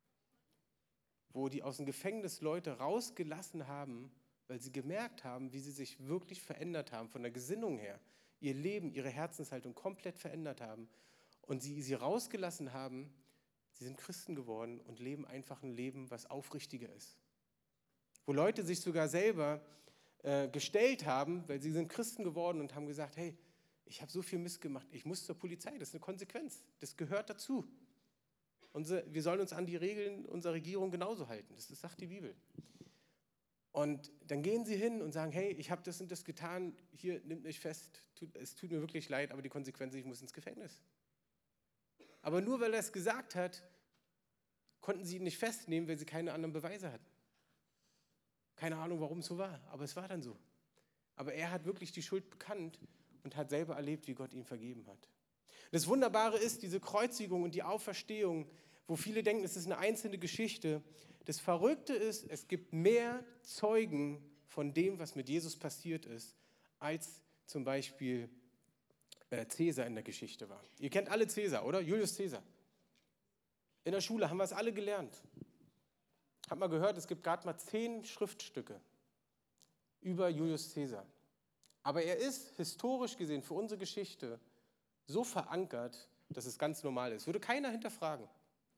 wo die aus dem Gefängnis Leute rausgelassen haben, weil sie gemerkt haben, wie sie sich wirklich verändert haben, von der Gesinnung her, ihr Leben, ihre Herzenshaltung komplett verändert haben und sie rausgelassen haben, sie sind Christen geworden und leben einfach ein Leben, was aufrichtiger ist. Wo Leute sich sogar selber gestellt haben, weil sie sind Christen geworden und haben gesagt, hey, ich habe so viel Mist gemacht, ich muss zur Polizei, das ist eine Konsequenz, das gehört dazu. Wir sollen uns an die Regeln unserer Regierung genauso halten, das sagt die Bibel. Und dann gehen sie hin und sagen, hey, ich habe das und das getan, hier, nimmt mich fest, es tut mir wirklich leid, aber die Konsequenz ist, ich muss ins Gefängnis. Aber nur weil er es gesagt hat, konnten sie ihn nicht festnehmen, weil sie keine anderen Beweise hatten. Keine Ahnung, warum es so war, aber es war dann so. Aber er hat wirklich die Schuld bekannt und hat selber erlebt, wie Gott ihm vergeben hat. Das Wunderbare ist, diese Kreuzigung und die Auferstehung, wo viele denken, es ist eine einzelne Geschichte. Das Verrückte ist, es gibt mehr Zeugen von dem, was mit Jesus passiert ist, als zum Beispiel Cäsar in der Geschichte war. Ihr kennt alle Cäsar, oder? Julius Cäsar. In der Schule haben wir es alle gelernt. Hab mal gehört, es gibt gerade mal 10 Schriftstücke über Julius Cäsar. Aber er ist historisch gesehen für unsere Geschichte so verankert, dass es ganz normal ist. Würde keiner hinterfragen.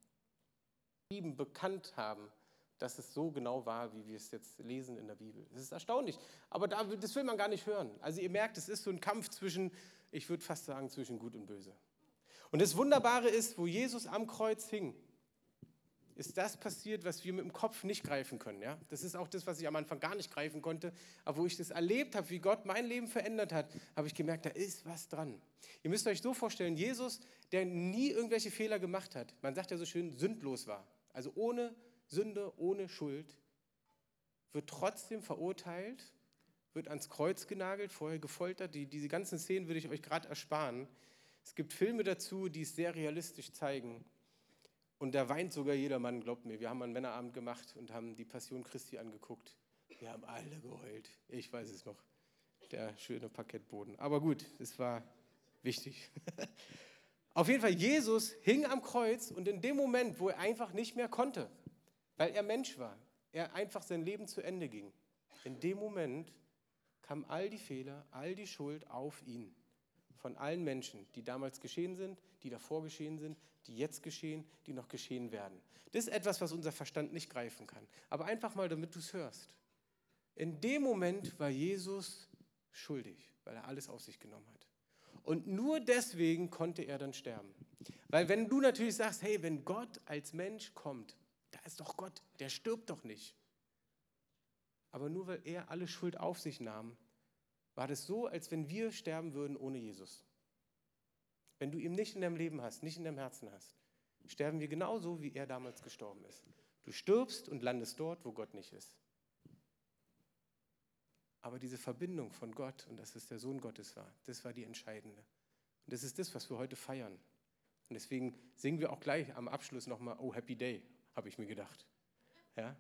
Bekannt haben, dass es so genau war, wie wir es jetzt lesen in der Bibel. Das ist erstaunlich. Aber das will man gar nicht hören. Also ihr merkt, es ist so ein Kampf zwischen, ich würde fast sagen, zwischen Gut und Böse. Und das Wunderbare ist, wo Jesus am Kreuz hing, ist das passiert, was wir mit dem Kopf nicht greifen können. Ja? Das ist auch das, was ich am Anfang gar nicht greifen konnte. Aber wo ich das erlebt habe, wie Gott mein Leben verändert hat, habe ich gemerkt, da ist was dran. Ihr müsst euch so vorstellen, Jesus, der nie irgendwelche Fehler gemacht hat, man sagt ja so schön, sündlos war, also ohne Sünde, ohne Schuld, wird trotzdem verurteilt, wird ans Kreuz genagelt, vorher gefoltert. Diese ganzen Szenen würde ich euch gerade ersparen. Es gibt Filme dazu, die es sehr realistisch zeigen. Und da weint sogar jeder Mann, glaubt mir. Wir haben einen Männerabend gemacht und haben die Passion Christi angeguckt. Wir haben alle geheult. Ich weiß es noch. Der schöne Parkettboden. Aber gut, es war wichtig. Auf jeden Fall, Jesus hing am Kreuz und in dem Moment, wo er einfach nicht mehr konnte, weil er Mensch war, er einfach sein Leben zu Ende ging, in dem Moment kamen all die Fehler, all die Schuld auf ihn. von allen Menschen, die damals geschehen sind, die davor geschehen sind, die jetzt geschehen, die noch geschehen werden. Das ist etwas, was unser Verstand nicht greifen kann. Aber einfach mal, damit du es hörst. In dem Moment war Jesus schuldig, weil er alles auf sich genommen hat. Und nur deswegen konnte er dann sterben. Weil wenn du natürlich sagst, hey, wenn Gott als Mensch kommt, da ist doch Gott, der stirbt doch nicht. Aber nur weil er alle Schuld auf sich nahm, war das so, als wenn wir sterben würden ohne Jesus. Wenn du ihn nicht in deinem Leben hast, nicht in deinem Herzen hast, sterben wir genauso, wie er damals gestorben ist. Du stirbst und landest dort, wo Gott nicht ist. Aber diese Verbindung von Gott und dass es der Sohn Gottes war, das war die entscheidende. Und das ist das, was wir heute feiern. Und deswegen singen wir auch gleich am Abschluss nochmal, oh, Happy Day, habe ich mir gedacht. Ja?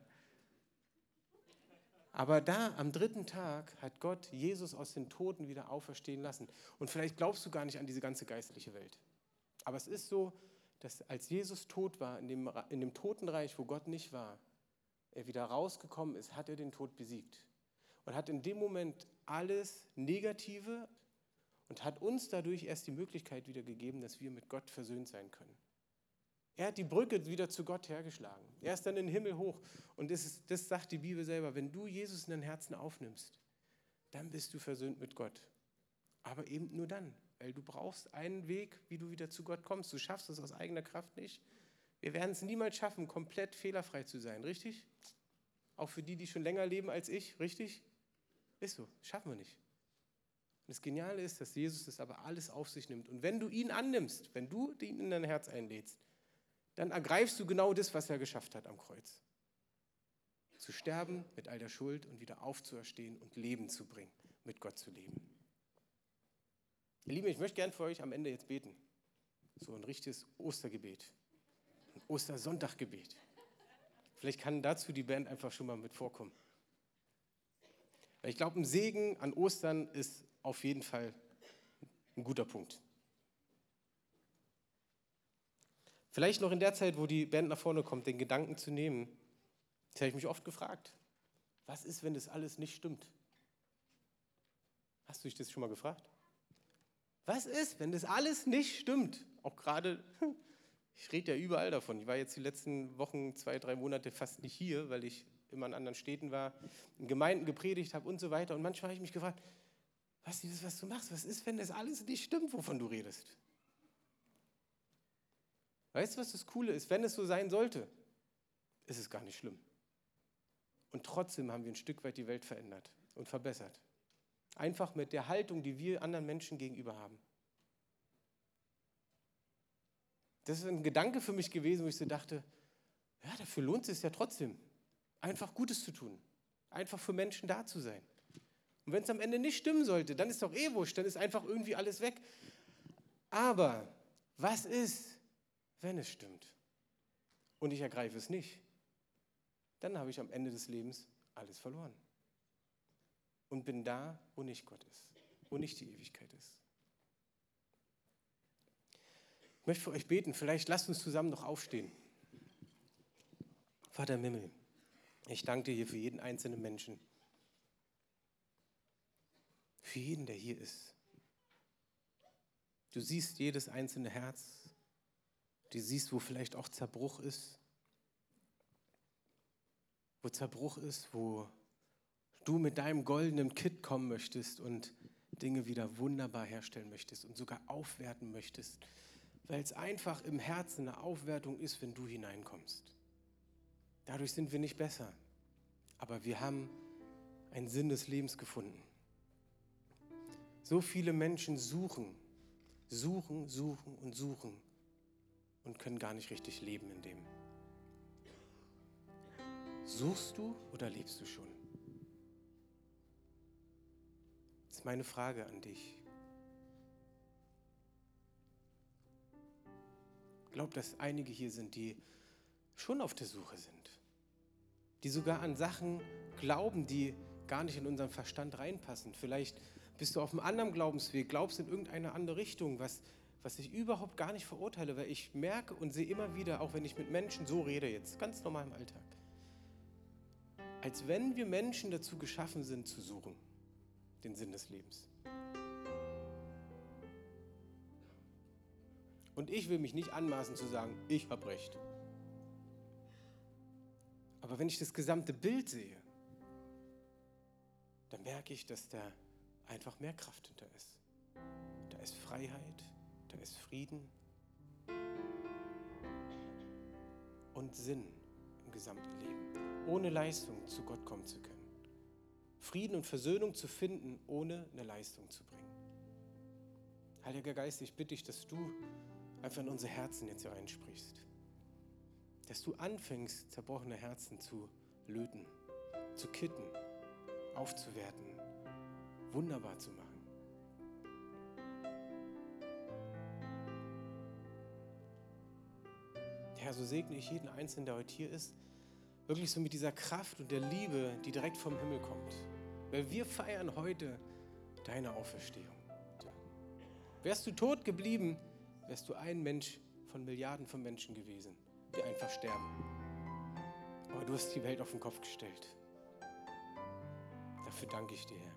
Aber da, am 3. Tag, hat Gott Jesus aus den Toten wieder auferstehen lassen. Und vielleicht glaubst du gar nicht an diese ganze geistliche Welt. Aber es ist so, dass als Jesus tot war, in dem Totenreich, wo Gott nicht war, er wieder rausgekommen ist, hat er den Tod besiegt. Und hat in dem Moment alles Negative und hat uns dadurch erst die Möglichkeit wieder gegeben, dass wir mit Gott versöhnt sein können. Er hat die Brücke wieder zu Gott hergeschlagen. Er ist dann in den Himmel hoch. Und das sagt die Bibel selber, wenn du Jesus in dein Herzen aufnimmst, dann bist du versöhnt mit Gott. Aber eben nur dann, weil du brauchst einen Weg, wie du wieder zu Gott kommst. Du schaffst es aus eigener Kraft nicht. Wir werden es niemals schaffen, komplett fehlerfrei zu sein, richtig? Auch für die, die schon länger leben als ich, richtig? Ist so, schaffen wir nicht. Und das Geniale ist, dass Jesus das aber alles auf sich nimmt. Und wenn du ihn annimmst, wenn du ihn in dein Herz einlädst, dann ergreifst du genau das, was er geschafft hat am Kreuz. Zu sterben mit all der Schuld und wieder aufzuerstehen und Leben zu bringen, mit Gott zu leben. Ihr Lieben, ich möchte gern für euch am Ende jetzt beten. So ein richtiges Ostergebet, ein Ostersonntaggebet. Vielleicht kann dazu die Band einfach schon mal mit vorkommen. Weil ich glaube, ein Segen an Ostern ist auf jeden Fall ein guter Punkt. Vielleicht noch in der Zeit, wo die Band nach vorne kommt, den Gedanken zu nehmen, das habe ich mich oft gefragt. Was ist, wenn das alles nicht stimmt? Hast du dich das schon mal gefragt? Was ist, wenn das alles nicht stimmt? Auch gerade, ich rede ja überall davon. Ich war jetzt die letzten Wochen, 2, 3 Monate fast nicht hier, weil ich immer in anderen Städten war, in Gemeinden gepredigt habe und so weiter. Und manchmal habe ich mich gefragt, was ist das, was du machst? Was ist, wenn das alles nicht stimmt, wovon du redest? Weißt du, was das Coole ist? Wenn es so sein sollte, ist es gar nicht schlimm. Und trotzdem haben wir ein Stück weit die Welt verändert und verbessert. Einfach mit der Haltung, die wir anderen Menschen gegenüber haben. Das ist ein Gedanke für mich gewesen, wo ich so dachte, ja, dafür lohnt es sich ja trotzdem, einfach Gutes zu tun. Einfach für Menschen da zu sein. Und wenn es am Ende nicht stimmen sollte, dann ist doch eh wurscht, dann ist einfach irgendwie alles weg. Aber was ist, wenn es stimmt und ich ergreife es nicht? Dann habe ich am Ende des Lebens alles verloren. Und bin da, wo nicht Gott ist, wo nicht die Ewigkeit ist. Ich möchte für euch beten, vielleicht lasst uns zusammen noch aufstehen. Vater im Himmel, ich danke dir hier für jeden einzelnen Menschen. Für jeden, der hier ist. Du siehst jedes einzelne Herz. Du siehst, wo vielleicht auch Zerbruch ist. Wo Zerbruch ist, wo du mit deinem goldenen Kitt kommen möchtest und Dinge wieder wunderbar herstellen möchtest und sogar aufwerten möchtest, weil es einfach im Herzen eine Aufwertung ist, wenn du hineinkommst. Dadurch sind wir nicht besser, aber wir haben einen Sinn des Lebens gefunden. So viele Menschen suchen und können gar nicht richtig leben in dem. Suchst du oder lebst du schon? Das ist meine Frage an dich. Ich glaube, dass einige hier sind, die schon auf der Suche sind. Die sogar an Sachen glauben, die gar nicht in unseren Verstand reinpassen. Vielleicht bist du auf einem anderen Glaubensweg, glaubst in irgendeine andere Richtung, was ich überhaupt gar nicht verurteile, weil ich merke und sehe immer wieder, auch wenn ich mit Menschen so rede jetzt, ganz normal im Alltag, als wenn wir Menschen dazu geschaffen sind, zu suchen, den Sinn des Lebens. Und ich will mich nicht anmaßen zu sagen, ich habe recht. Aber wenn ich das gesamte Bild sehe, dann merke ich, dass da einfach mehr Kraft hinter ist. Da ist Freiheit, da ist Frieden und Sinn im gesamten Leben, ohne Leistung zu Gott kommen zu können. Frieden und Versöhnung zu finden, ohne eine Leistung zu bringen. Heiliger Geist, ich bitte dich, dass du einfach in unsere Herzen jetzt hier reinsprichst. Dass du anfängst, zerbrochene Herzen zu löten, zu kitten, aufzuwerten, wunderbar zu machen. Herr, so segne ich jeden Einzelnen, der heute hier ist, wirklich so mit dieser Kraft und der Liebe, die direkt vom Himmel kommt. Weil wir feiern heute deine Auferstehung. Wärst du tot geblieben, wärst du ein Mensch von Milliarden von Menschen gewesen, die einfach sterben. Aber du hast die Welt auf den Kopf gestellt. Dafür danke ich dir, Herr.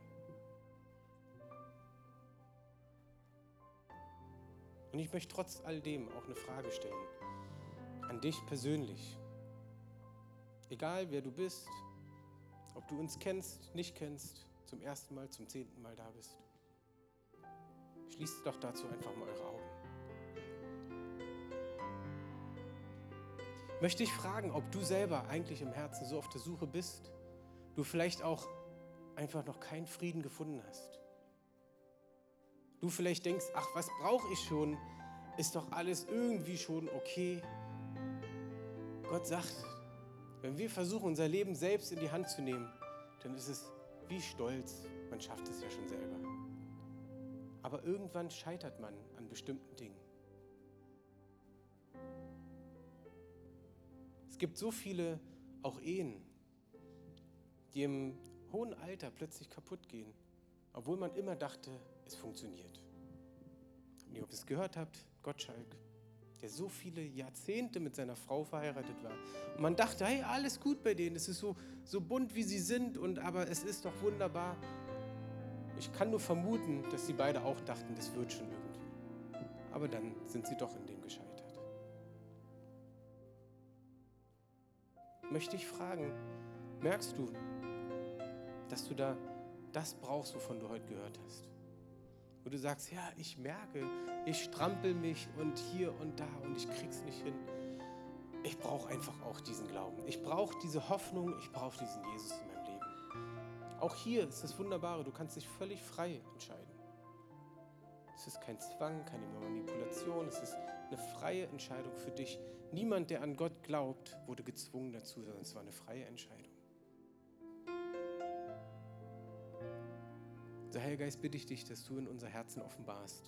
Und ich möchte trotz all dem auch eine Frage stellen. An dich persönlich. Egal wer du bist, ob du uns kennst, nicht kennst, zum ersten Mal, zum 10. Mal da bist. Schließt doch dazu einfach mal eure Augen. Möchte ich fragen, ob du selber eigentlich im Herzen so auf der Suche bist, du vielleicht auch einfach noch keinen Frieden gefunden hast. Du vielleicht denkst, ach, was brauche ich schon? Ist doch alles irgendwie schon okay. Gott sagt, wenn wir versuchen, unser Leben selbst in die Hand zu nehmen, dann ist es wie Stolz. Man schafft es ja schon selber. Aber irgendwann scheitert man an bestimmten Dingen. Es gibt so viele auch Ehen, die im hohen Alter plötzlich kaputt gehen, obwohl man immer dachte, es funktioniert. Ich weiß nicht, ob ihr es gehört habt, Gottschalk, der so viele Jahrzehnte mit seiner Frau verheiratet war. Und man dachte, hey, alles gut bei denen, es ist so bunt, wie sie sind, aber es ist doch wunderbar. Ich kann nur vermuten, dass sie beide auch dachten, das wird schon irgendwie. Aber dann sind sie doch in dem gescheitert. Möchte ich fragen, merkst du, dass du da das brauchst, wovon du heute gehört hast? Wo du sagst, ja, ich merke, ich strampel mich und hier und da und ich krieg's nicht hin. Ich brauche einfach auch diesen Glauben. Ich brauche diese Hoffnung, ich brauche diesen Jesus in meinem Leben. Auch hier ist das Wunderbare, du kannst dich völlig frei entscheiden. Es ist kein Zwang, keine Manipulation, es ist eine freie Entscheidung für dich. Niemand, der an Gott glaubt, wurde gezwungen dazu, sondern es war eine freie Entscheidung. So, Heiliger Geist, bitte ich dich, dass du in unser Herzen offenbarst,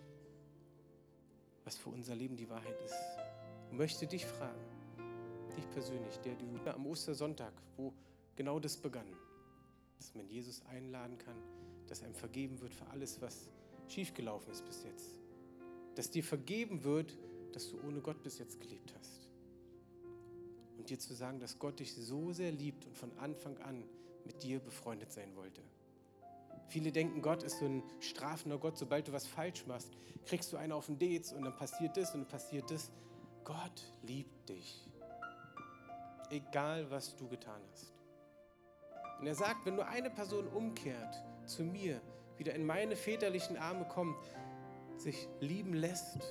was für unser Leben die Wahrheit ist. Ich möchte dich fragen, dich persönlich, der du am Ostersonntag, wo genau das begann, dass man Jesus einladen kann, dass einem vergeben wird für alles, was schiefgelaufen ist bis jetzt. Dass dir vergeben wird, dass du ohne Gott bis jetzt gelebt hast. Und dir zu sagen, dass Gott dich so sehr liebt und von Anfang an mit dir befreundet sein wollte. Viele denken, Gott ist so ein strafender Gott. Sobald du was falsch machst, kriegst du einen auf den Dez und dann passiert das und dann passiert das. Gott liebt dich. Egal, was du getan hast. Und er sagt, wenn nur eine Person umkehrt zu mir, wieder in meine väterlichen Arme kommt, sich lieben lässt,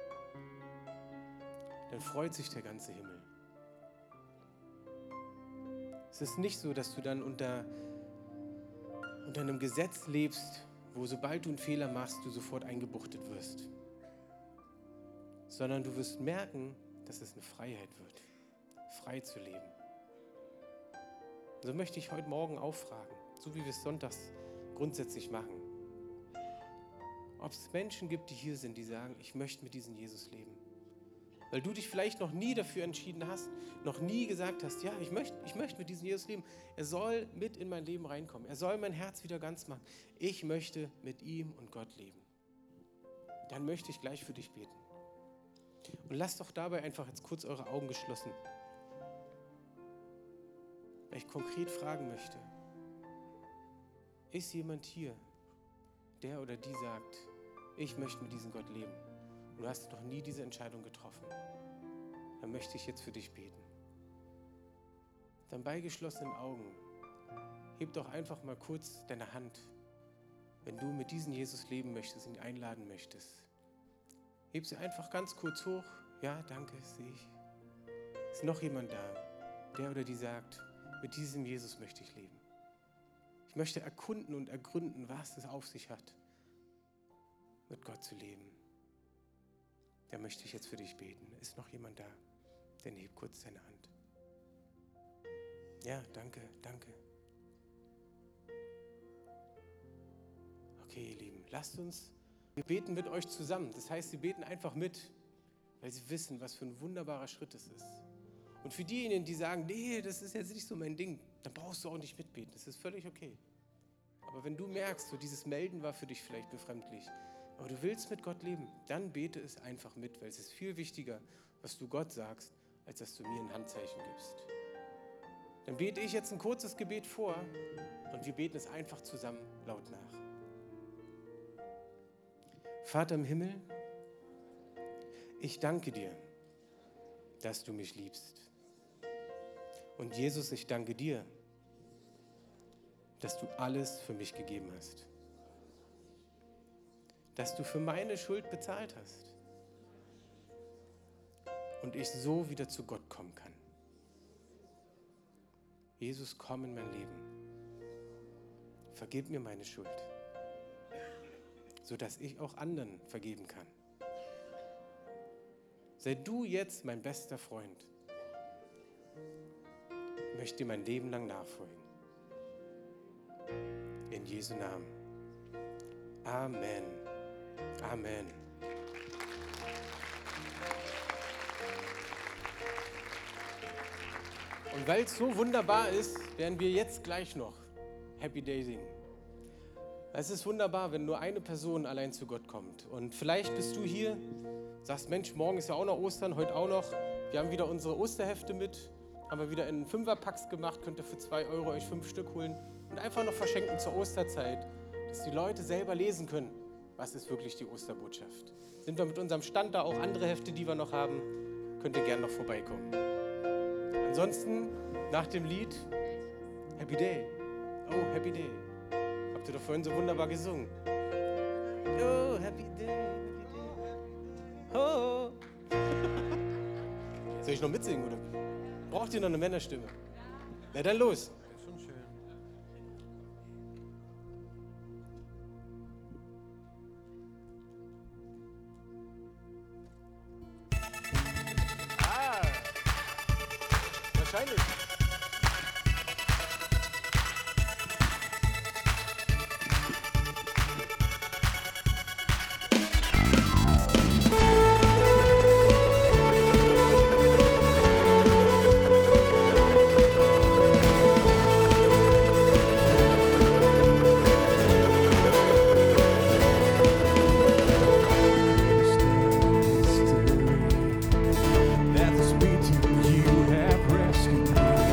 dann freut sich der ganze Himmel. Es ist nicht so, dass du dann unter einem Gesetz lebst, wo sobald du einen Fehler machst, du sofort eingebuchtet wirst. Sondern du wirst merken, dass es eine Freiheit wird, frei zu leben. So möchte ich heute Morgen auch fragen, so wie wir es sonntags grundsätzlich machen, ob es Menschen gibt, die hier sind, die sagen, ich möchte mit diesem Jesus leben. Weil du dich vielleicht noch nie dafür entschieden hast, noch nie gesagt hast, ja, ich möchte mit diesem Jesus leben. Er soll mit in mein Leben reinkommen. Er soll mein Herz wieder ganz machen. Ich möchte mit ihm und Gott leben. Dann möchte ich gleich für dich beten. Und lasst doch dabei einfach jetzt kurz eure Augen geschlossen, weil ich konkret fragen möchte, ist jemand hier, der oder die sagt, ich möchte mit diesem Gott leben? und du hast noch nie diese Entscheidung getroffen, dann möchte ich jetzt für dich beten. Dann bei geschlossenen Augen, heb doch einfach mal kurz deine Hand, wenn du mit diesem Jesus leben möchtest, ihn einladen möchtest. Heb sie einfach ganz kurz hoch. Ja, danke, sehe ich. Ist noch jemand da, der oder die sagt, mit diesem Jesus möchte ich leben. Ich möchte erkunden und ergründen, was es auf sich hat, mit Gott zu leben. Da möchte ich jetzt für dich beten. Ist noch jemand da? Dann heb kurz deine Hand. Ja, danke, danke. Okay, ihr Lieben, lasst uns, wir beten mit euch zusammen. Das heißt, sie beten einfach mit, weil sie wissen, was für ein wunderbarer Schritt es ist. Und für diejenigen, die sagen, nee, das ist jetzt nicht so mein Ding, dann brauchst du auch nicht mitbeten. Das ist völlig okay. Aber wenn du merkst, so dieses Melden war für dich vielleicht befremdlich, aber du willst mit Gott leben, dann bete es einfach mit, weil es ist viel wichtiger, was du Gott sagst, als dass du mir ein Handzeichen gibst. Dann bete ich jetzt ein kurzes Gebet vor und wir beten es einfach zusammen laut nach. Vater im Himmel, ich danke dir, dass du mich liebst. Und Jesus, ich danke dir, dass du alles für mich gegeben hast. Dass du für meine Schuld bezahlt hast. Und ich so wieder zu Gott kommen kann. Jesus, komm in mein Leben. Vergib mir meine Schuld, sodass ich auch anderen vergeben kann. Sei du jetzt mein bester Freund. Ich möchte dir mein Leben lang nachfolgen. In Jesu Namen. Amen. Amen. Und weil es so wunderbar ist, werden wir jetzt gleich noch Happy Day singen. Es ist wunderbar, wenn nur eine Person allein zu Gott kommt. Und vielleicht bist du hier, sagst, Mensch, morgen ist ja auch noch Ostern, heute auch noch. Wir haben wieder unsere Osterhefte mit, haben wir wieder in 5er-Packs gemacht, könnt ihr für 2 € euch 5 Stück holen und einfach noch verschenken zur Osterzeit, dass die Leute selber lesen können, was ist wirklich die Osterbotschaft. Sind wir mit unserem Stand da, auch andere Hefte, die wir noch haben, könnt ihr gerne noch vorbeikommen. Ansonsten, nach dem Lied, Happy Day. Oh, Happy Day. Habt ihr doch vorhin so wunderbar gesungen. Oh, Happy Day, Happy Day. Oh. Soll ich noch mitsingen, oder? Braucht ihr noch eine Männerstimme? Na dann los. Ist schon schön. Wahrscheinlich. That the speed you have rescued me.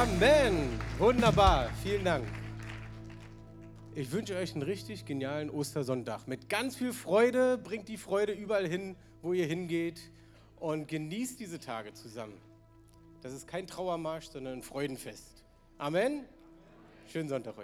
Amen. Wunderbar. Vielen Dank. Ich wünsche euch einen richtig genialen Ostersonntag. Mit ganz viel Freude. Bringt die Freude überall hin, wo ihr hingeht. Und genießt diese Tage zusammen. Das ist kein Trauermarsch, sondern ein Freudenfest. Amen. Schönen Sonntag euch.